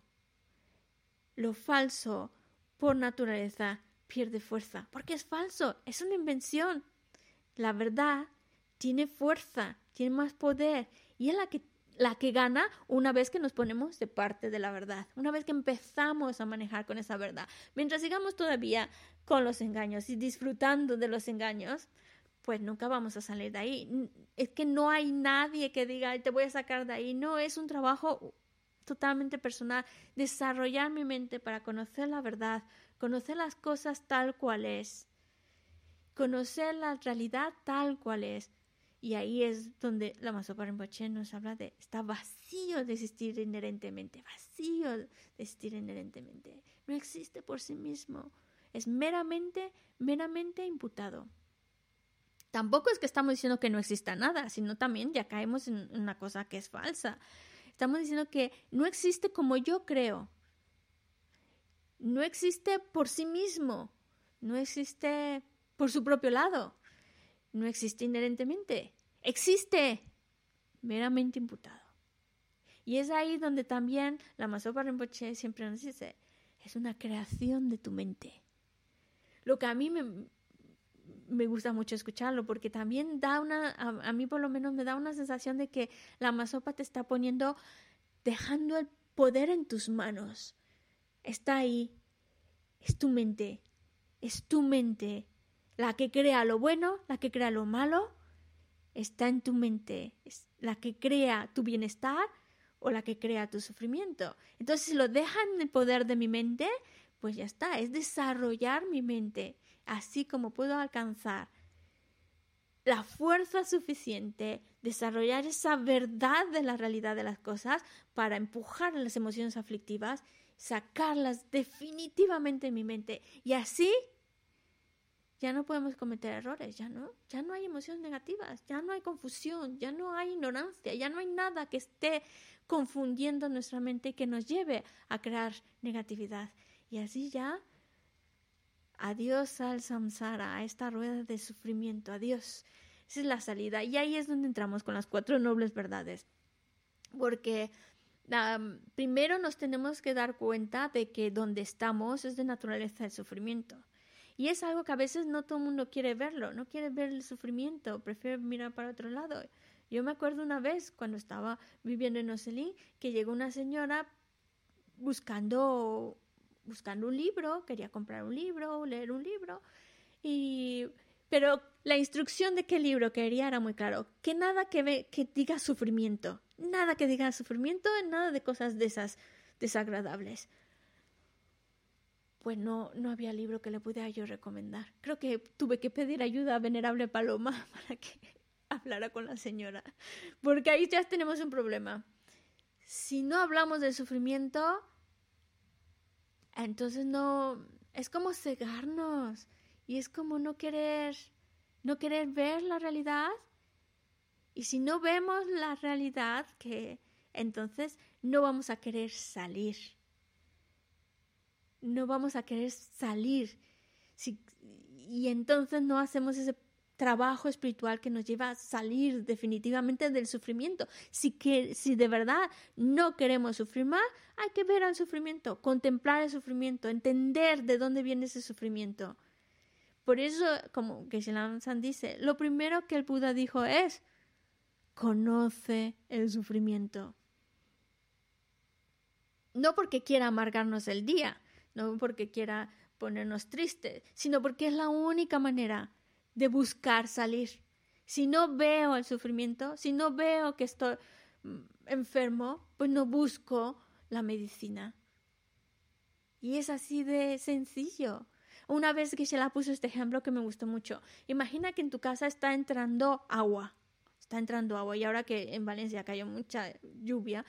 lo falso por naturaleza pierde fuerza, porque es falso, es una invención. La verdad tiene fuerza, tiene más poder y es la que gana una vez que nos ponemos de parte de la verdad, una vez que empezamos a manejar con esa verdad. Mientras sigamos todavía con los engaños y disfrutando de los engaños, pues nunca vamos a salir de ahí. Es que no hay nadie que diga, te voy a sacar de ahí. No, es un trabajo totalmente personal, desarrollar mi mente para conocer la verdad, conocer las cosas tal cual es. Conocer la realidad tal cual es. Y ahí es donde la Lama-Zopa Rinpoche nos habla de está vacío de existir inherentemente, vacío de existir inherentemente. No existe por sí mismo. Es meramente imputado. Tampoco es que estamos diciendo que no exista nada, sino también ya caemos en una cosa que es falsa. Estamos diciendo que no existe como yo creo. No existe por sí mismo. No existe por su propio lado. No existe inherentemente. Existe meramente imputado. Y es ahí donde también la Lama-Zopa Rinpoche siempre nos dice, es una creación de tu mente. Lo que a mí me gusta mucho escucharlo, porque también da a mí por lo menos me da una sensación de que la Lama-Zopa te está dejando el poder en tus manos. Está ahí. Es tu mente. La que crea lo bueno, la que crea lo malo, está en tu mente. Es la que crea tu bienestar o la que crea tu sufrimiento. Entonces, si lo dejan en el poder de mi mente, pues ya está. Es desarrollar mi mente, así como puedo alcanzar la fuerza suficiente, desarrollar esa verdad de la realidad de las cosas para empujar las emociones aflictivas, sacarlas definitivamente de mi mente. Y así ya no podemos cometer errores, ya no hay emociones negativas, ya no hay confusión, ya no hay ignorancia, ya no hay nada que esté confundiendo nuestra mente y que nos lleve a crear negatividad. Y así ya, adiós al samsara, a esta rueda de sufrimiento, adiós. Esa es la salida. Y ahí es donde entramos con las 4 nobles verdades. Porque primero nos tenemos que dar cuenta de que donde estamos es de naturaleza el sufrimiento. Y es algo que a veces no todo el mundo quiere verlo, no quiere ver el sufrimiento, prefiere mirar para otro lado. Yo me acuerdo una vez cuando estaba viviendo en Oselín que llegó una señora buscando buscando un libro, quería comprar un libro, leer un libro, pero la instrucción de qué libro quería era muy claro, que nada que diga sufrimiento, nada que diga sufrimiento, nada de cosas de esas desagradables. Pues no había libro que le pudiera yo recomendar. Creo que tuve que pedir ayuda a Venerable Paloma para que hablara con la señora, porque ahí ya tenemos un problema. Si no hablamos del sufrimiento, entonces no, es como cegarnos y es como no querer ver la realidad. Y si no vemos la realidad, que entonces no vamos a querer salir. No vamos a querer salir. Y entonces no hacemos ese trabajo espiritual que nos lleva a salir definitivamente del sufrimiento. Si de verdad no queremos sufrir más, hay que ver al sufrimiento, contemplar el sufrimiento, entender de dónde viene ese sufrimiento. Por eso, como Geshe Lamsan dice, lo primero que el Buda dijo es: conoce el sufrimiento. No porque quiera amargarnos el día, no porque quiera ponernos tristes, sino porque es la única manera de buscar salir. Si no veo el sufrimiento, si no veo que estoy enfermo, pues no busco la medicina. Y es así de sencillo. Una vez que se la puso este ejemplo que me gustó mucho. Imagina que en tu casa está entrando agua. Y ahora que en Valencia cayó mucha lluvia,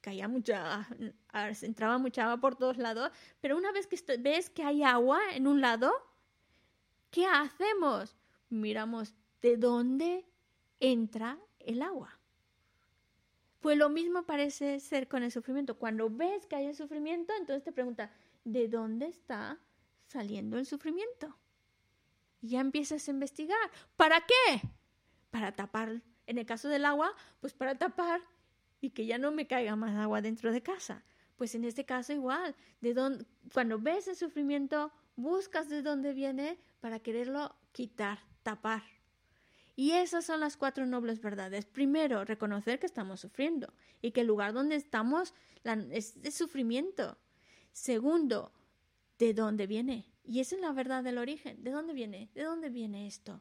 entraba mucha agua por todos lados, pero una vez que ves que hay agua en un lado, ¿qué hacemos? Miramos de dónde entra el agua. Pues lo mismo parece ser con el sufrimiento. Cuando ves que hay el sufrimiento, entonces te preguntas, ¿de dónde está saliendo el sufrimiento? Y ya empiezas a investigar. ¿Para qué? Para tapar, en el caso del agua, pues para tapar y que ya no me caiga más agua dentro de casa. Pues en este caso igual, cuando ves el sufrimiento, buscas de dónde viene para quererlo quitar, tapar. Y esas son las 4 nobles verdades. Primero, reconocer que estamos sufriendo y que el lugar donde estamos es de sufrimiento. Segundo, ¿de dónde viene? Y esa es la verdad del origen. ¿De dónde viene? ¿De dónde viene esto?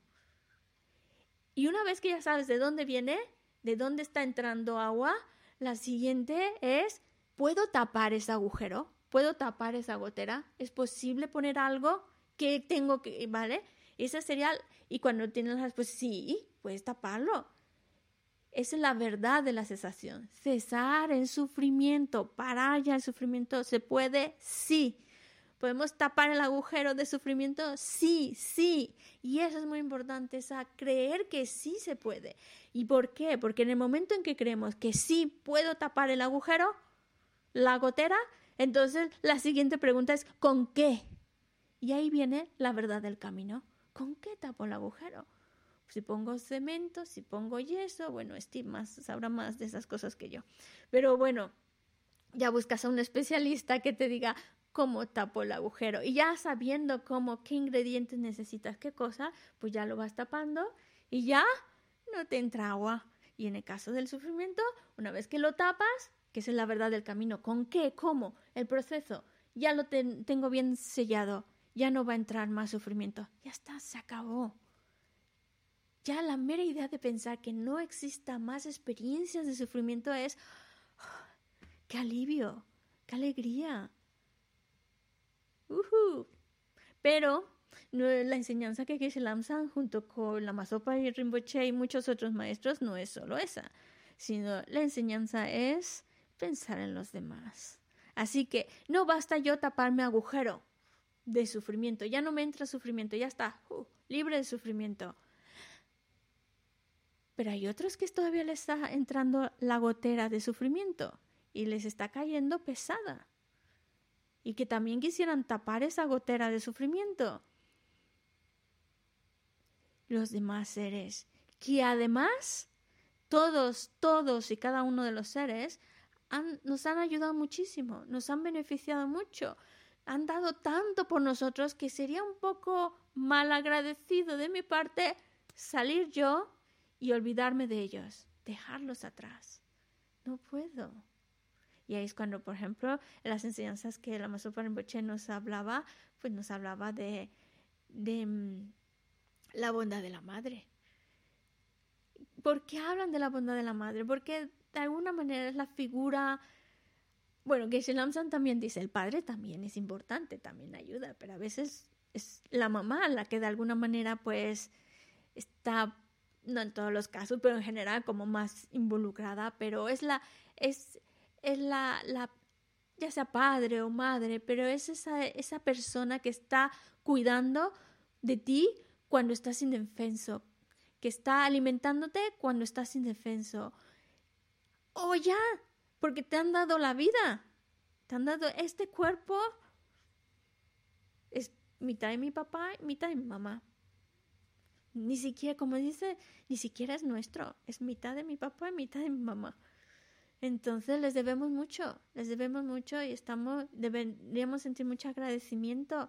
Y una vez que ya sabes de dónde viene, de dónde está entrando agua, la siguiente es, ¿puedo tapar ese agujero? ¿Puedo tapar esa gotera? ¿Es posible poner algo que tengo que, vale? Esa sería, y cuando tienes la respuesta, sí, puedes taparlo. Esa es la verdad de la cesación. Cesar el sufrimiento, parar ya el sufrimiento, ¿se puede? Sí. ¿Podemos tapar el agujero de sufrimiento? Sí, sí. Y eso es muy importante, es creer que sí se puede. ¿Y por qué? Porque en el momento en que creemos que sí puedo tapar el agujero, la gotera, entonces la siguiente pregunta es ¿con qué? Y ahí viene la verdad del camino. ¿Con qué tapo el agujero? Si pongo cemento, si pongo yeso, bueno, Steve sabrá más de esas cosas que yo. Pero bueno, ya buscas a un especialista que te diga cómo tapo el agujero. Y ya sabiendo qué ingredientes necesitas, qué cosa, pues ya lo vas tapando y ya no te entra agua. Y en el caso del sufrimiento, una vez que lo tapas, que esa es la verdad del camino, ¿con qué? ¿Cómo? El proceso. Ya lo tengo bien sellado. Ya no va a entrar más sufrimiento. Ya está, se acabó. Ya la mera idea de pensar que no exista más experiencias de sufrimiento es ¡qué alivio! ¡Qué alegría! Pero la enseñanza que Geshe Lamsan junto con Lama Zopa y Rinpoche y muchos otros maestros no es solo esa, sino la enseñanza es pensar en los demás. Así que no basta yo taparme agujero de sufrimiento, ya no me entra sufrimiento, ya está, libre de sufrimiento. Pero hay otros que todavía les está entrando la gotera de sufrimiento y les está cayendo pesada. Y que también quisieran tapar esa gotera de sufrimiento. Los demás seres, que además todos y cada uno de los seres nos han ayudado muchísimo, nos han beneficiado mucho, han dado tanto por nosotros que sería un poco malagradecido de mi parte salir yo y olvidarme de ellos, dejarlos atrás. No puedo. Y ahí es cuando, por ejemplo, en las enseñanzas que la Masopa Rinpoche nos hablaba, pues nos hablaba de la bondad de la madre. ¿Por qué hablan de la bondad de la madre? Porque de alguna manera es la figura. Bueno, Geshe Lamsan también dice, el padre también es importante, también ayuda, pero a veces es la mamá la que de alguna manera pues está, no en todos los casos, pero en general como más involucrada, pero es la ya sea padre o madre, pero es esa persona que está cuidando de ti cuando estás indefenso, que está alimentándote cuando estás indefenso. O ya, porque te han dado la vida, te han dado este cuerpo, es mitad de mi papá, mitad de mi mamá. Ni siquiera, como dice, ni siquiera es nuestro, es mitad de mi papá y mitad de mi mamá. Entonces les debemos mucho y deberíamos sentir mucho agradecimiento.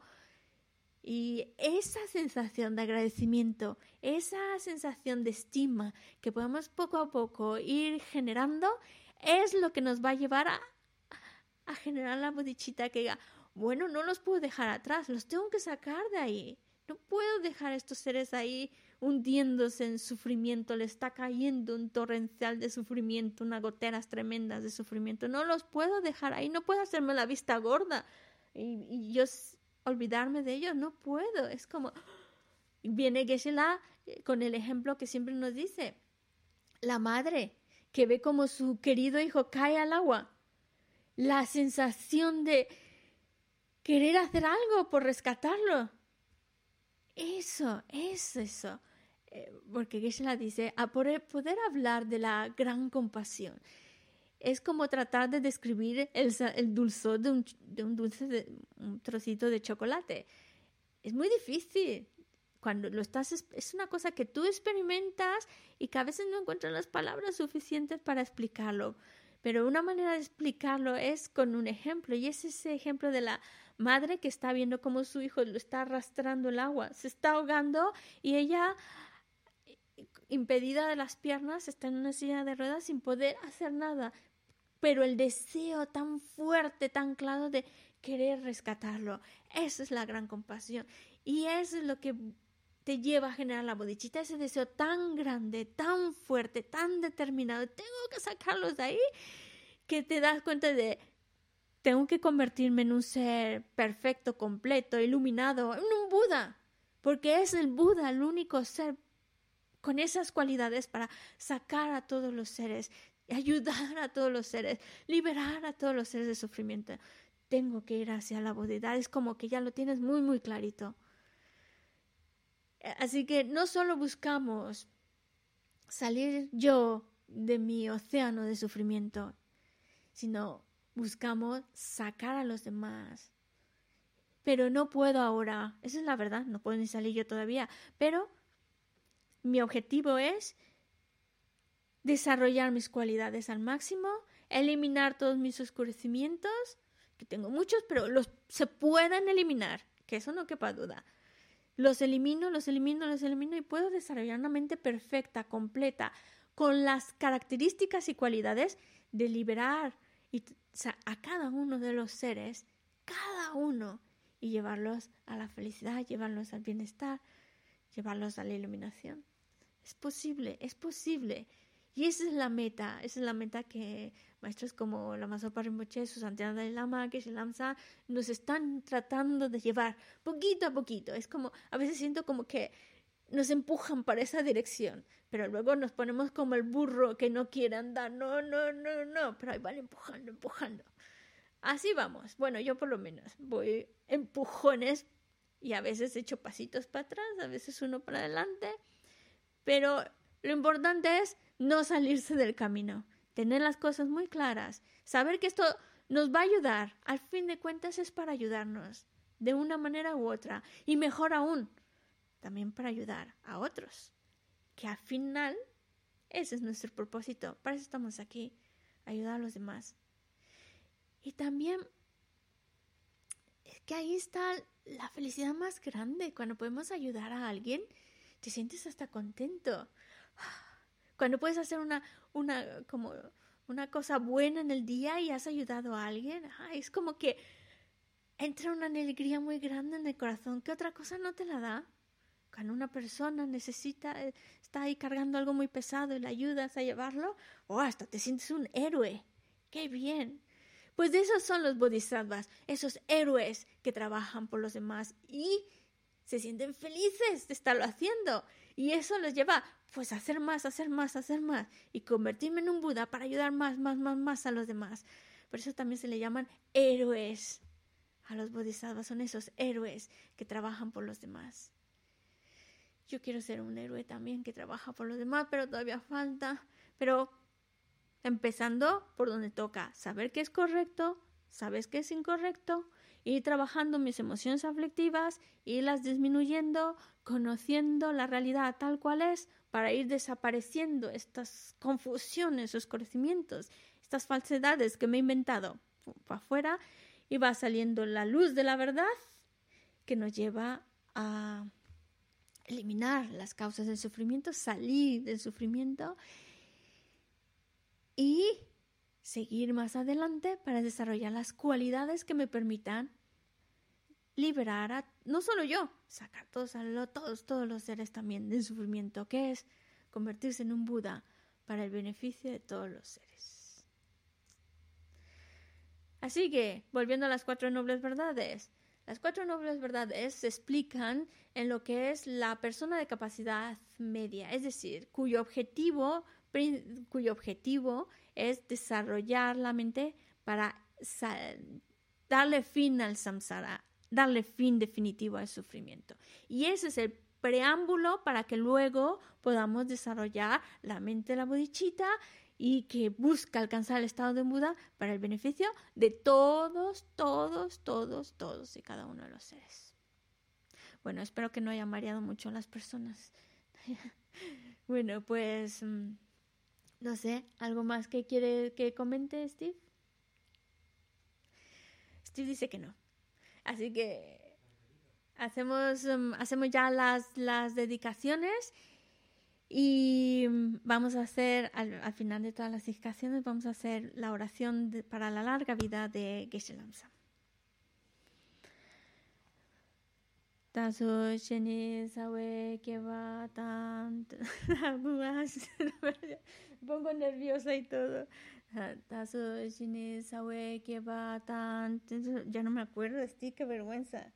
Y esa sensación de agradecimiento, esa sensación de estima que podemos poco a poco ir generando, es lo que nos va a llevar a generar la bodichita que diga, bueno, no los puedo dejar atrás, los tengo que sacar de ahí. No puedo dejar a estos seres ahí hundiéndose en sufrimiento, le está cayendo un torrencial de sufrimiento, unas goteras tremendas de sufrimiento. No los puedo dejar ahí, no puedo hacerme la vista gorda y yo olvidarme de ellos, no puedo. Es como, viene Geshe-la con el ejemplo que siempre nos dice, la madre que ve como su querido hijo cae al agua, la sensación de querer hacer algo por rescatarlo. Eso es eso. Porque Geshe-la dice, a poder hablar de la gran compasión es como tratar de describir el dulzor de un trocito de chocolate. Es muy difícil. Cuando lo estás, es una cosa que tú experimentas y que a veces no encuentras las palabras suficientes para explicarlo. Pero una manera de explicarlo es con un ejemplo, y es ese ejemplo de la madre que está viendo cómo su hijo lo está arrastrando el agua, se está ahogando y ella, impedida de las piernas, está en una silla de ruedas sin poder hacer nada. Pero el deseo tan fuerte, tan claro de querer rescatarlo, esa es la gran compasión. Y eso es lo que te lleva a generar la bodichita, ese deseo tan grande, tan fuerte, tan determinado, tengo que sacarlos de ahí, que te das cuenta de, tengo que convertirme en un ser perfecto, completo, iluminado, en un Buda, porque es el Buda el único ser con esas cualidades para sacar a todos los seres, ayudar a todos los seres, liberar a todos los seres de sufrimiento. Tengo que ir hacia la bodedad, es como que ya lo tienes muy, muy clarito. Así que no solo buscamos salir yo de mi océano de sufrimiento, sino buscamos sacar a los demás. Pero no puedo ahora, esa es la verdad, no puedo ni salir yo todavía, pero mi objetivo es desarrollar mis cualidades al máximo, eliminar todos mis oscurecimientos, que tengo muchos, pero se pueden eliminar, que eso no quepa duda. Los elimino y puedo desarrollar una mente perfecta, completa, con las características y cualidades de liberar a cada uno de los seres, cada uno, y llevarlos a la felicidad, llevarlos al bienestar, llevarlos a la iluminación. Es posible. Y esa es la meta que maestros como la Masopa Rinpoche, su Santidad Dalai Lama, Geshe Lamsa, nos están tratando de llevar poquito a poquito. Es como, a veces siento como que nos empujan para esa dirección, pero luego nos ponemos como el burro que no quiere andar, no, pero ahí van empujando. Así vamos. Bueno, yo por lo menos voy empujones y a veces echo pasitos para atrás, a veces uno para adelante, pero lo importante es no salirse del camino, tener las cosas muy claras, saber que esto nos va a ayudar, al fin de cuentas es para ayudarnos, de una manera u otra, y mejor aún, también para ayudar a otros, que al final ese es nuestro propósito, para eso estamos aquí, ayudar a los demás. Y también es que ahí está la felicidad más grande, cuando podemos ayudar a alguien, te sientes hasta contento. Cuando puedes hacer una como una cosa buena en el día y has ayudado a alguien, es como que entra una alegría muy grande en el corazón que otra cosa no te la da. Cuando una persona está ahí cargando algo muy pesado y le ayudas a llevarlo, hasta te sientes un héroe. ¡Qué bien! Pues de esos son los bodhisattvas, esos héroes que trabajan por los demás y se sienten felices de estarlo haciendo. Y eso los lleva pues a hacer más, hacer más, hacer más. Y convertirme en un Buda para ayudar más a los demás. Por eso también se le llaman héroes. A los bodhisattvas son esos héroes que trabajan por los demás. Yo quiero ser un héroe también que trabaja por los demás, pero todavía falta. Pero empezando por donde toca. Saber qué es correcto, sabes qué es incorrecto. Ir trabajando mis emociones aflictivas, irlas disminuyendo, conociendo la realidad tal cual es, para ir desapareciendo estas confusiones, oscurecimientos, estas falsedades que me he inventado para afuera, y va saliendo la luz de la verdad que nos lleva a eliminar las causas del sufrimiento, salir del sufrimiento y seguir más adelante para desarrollar las cualidades que me permitan liberar a, no solo yo, sacar todos los seres también del sufrimiento, que es convertirse en un Buda para el beneficio de todos los seres. Así que, volviendo a las 4 nobles verdades, las 4 nobles verdades se explican en lo que es la persona de capacidad media, es decir, cuyo objetivo es desarrollar la mente para darle fin al samsara, darle fin definitivo al sufrimiento. Y ese es el preámbulo para que luego podamos desarrollar la mente de la bodhicitta y que busca alcanzar el estado de Buda para el beneficio de todos y cada uno de los seres. Bueno, espero que no haya mareado mucho a las personas. Bueno, pues no sé, ¿algo más que quiere que comente Steve? Steve dice que no. Así que hacemos ya las dedicaciones y vamos a hacer, al final de todas las dedicaciones, vamos a hacer la oración para la larga vida de Geshe Lamsa. Taso sheni sawe keba tan pongo nerviosa y todo. Taso sheni sawe keba tan, ya no me acuerdo, estoy, qué vergüenza.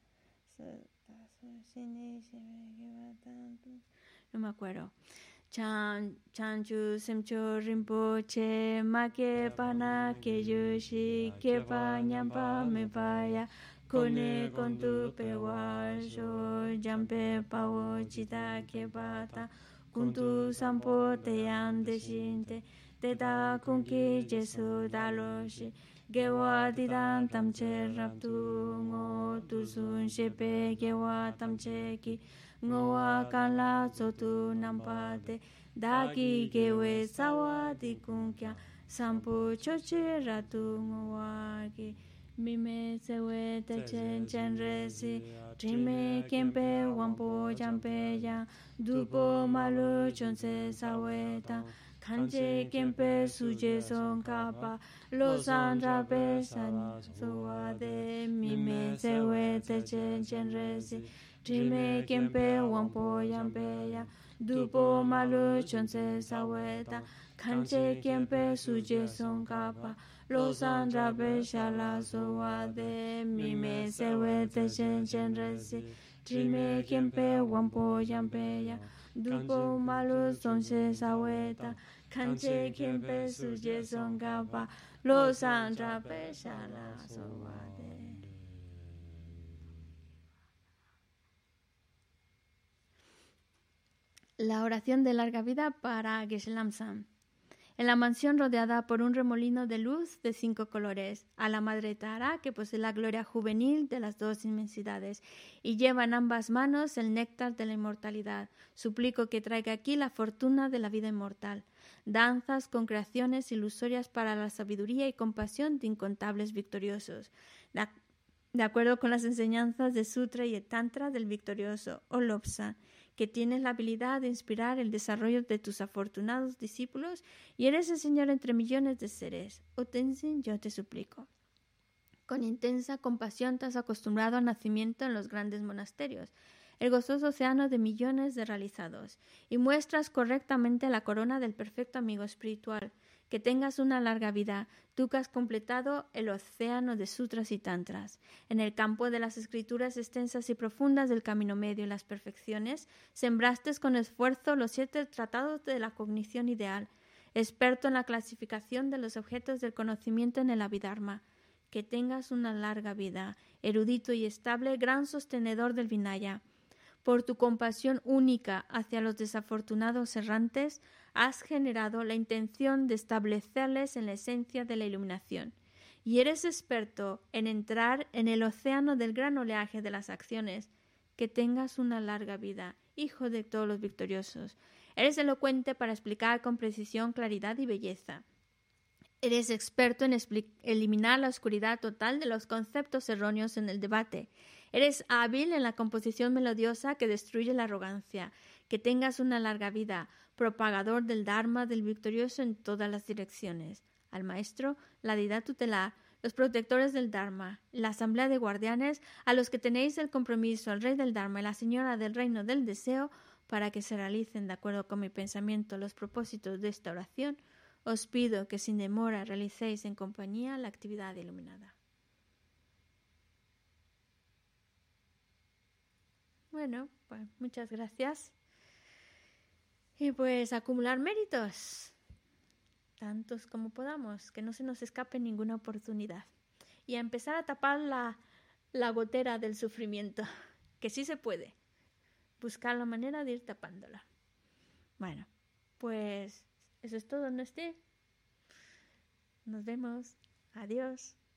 No me acuerdo. Chanchu semcho rinpoche ma ke pana ke yoshi ke pa nyampa me vaya. Kone con tu peguayo, jampe pavo chita que bata, con tu sampo te ande shinte, te da con que Jesu daloshi, gewa didan tamche raptu, ngo tu sun shepe gewa tamche ki, ngowa kanla sotu nampate, daki gewe sawa di kunkya, sampo choche ratu ngowa ki. Mime sewe te chen resi, trime kempe wampo jampe ya, dupo malu chonse saweta, kanje kempe suje son kapa, lo sandra pe san soade. Mime sewe te chen resi, trime kempe wampo jampe ya, dupo malu chonse saweta, kanje kempe suje son kapa. Los andra beshala soade, mime sewe te chen resi, trime kempe wampo yampeya, dupo malu sonse saweta, kanche kempe suje songapa, los andra beshala soade. La oración de larga vida para Geshe Lamsa. En la mansión rodeada por un remolino de luz de 5 colores, a la Madre Tara, que posee la gloria juvenil de las 2 inmensidades, y lleva en ambas manos el néctar de la inmortalidad. Suplico que traiga aquí la fortuna de la vida inmortal. Danzas con creaciones ilusorias para la sabiduría y compasión de incontables victoriosos. De acuerdo con las enseñanzas de Sutra y Tantra del victorioso Olopsa, que tienes la habilidad de inspirar el desarrollo de tus afortunados discípulos y eres el Señor entre millones de seres. Oh Tenzin, yo te suplico. Con intensa compasión te has acostumbrado al nacimiento en los grandes monasterios, el gozoso océano de millones de realizados, y muestras correctamente la corona del perfecto amigo espiritual. Que tengas una larga vida, tú que has completado el océano de sutras y tantras. En el campo de las escrituras extensas y profundas del camino medio y las perfecciones, sembraste con esfuerzo los 7 tratados de la cognición ideal, experto en la clasificación de los objetos del conocimiento en el Abhidharma. Que tengas una larga vida, erudito y estable, gran sostenedor del Vinaya. Por tu compasión única hacia los desafortunados errantes, has generado la intención de establecerles en la esencia de la iluminación, y eres experto en entrar en el océano del gran oleaje de las acciones. Que tengas una larga vida, hijo de todos los victoriosos. Eres elocuente para explicar con precisión, claridad y belleza. Eres experto en eliminar la oscuridad total de los conceptos erróneos en el debate. Eres hábil en la composición melodiosa que destruye la arrogancia. Que tengas una larga vida, propagador del Dharma del victorioso en todas las direcciones. Al maestro, la deidad tutelar, los protectores del Dharma, la asamblea de guardianes, a los que tenéis el compromiso, al rey del Dharma y la señora del reino del deseo, para que se realicen de acuerdo con mi pensamiento los propósitos de esta oración, os pido que sin demora realicéis en compañía la actividad iluminada. Bueno, pues muchas gracias. Y pues acumular méritos, tantos como podamos, que no se nos escape ninguna oportunidad. Y a empezar a tapar la gotera del sufrimiento, que sí se puede. Buscar la manera de ir tapándola. Bueno, pues eso es todo, ¿no, Steve? Nos vemos. Adiós.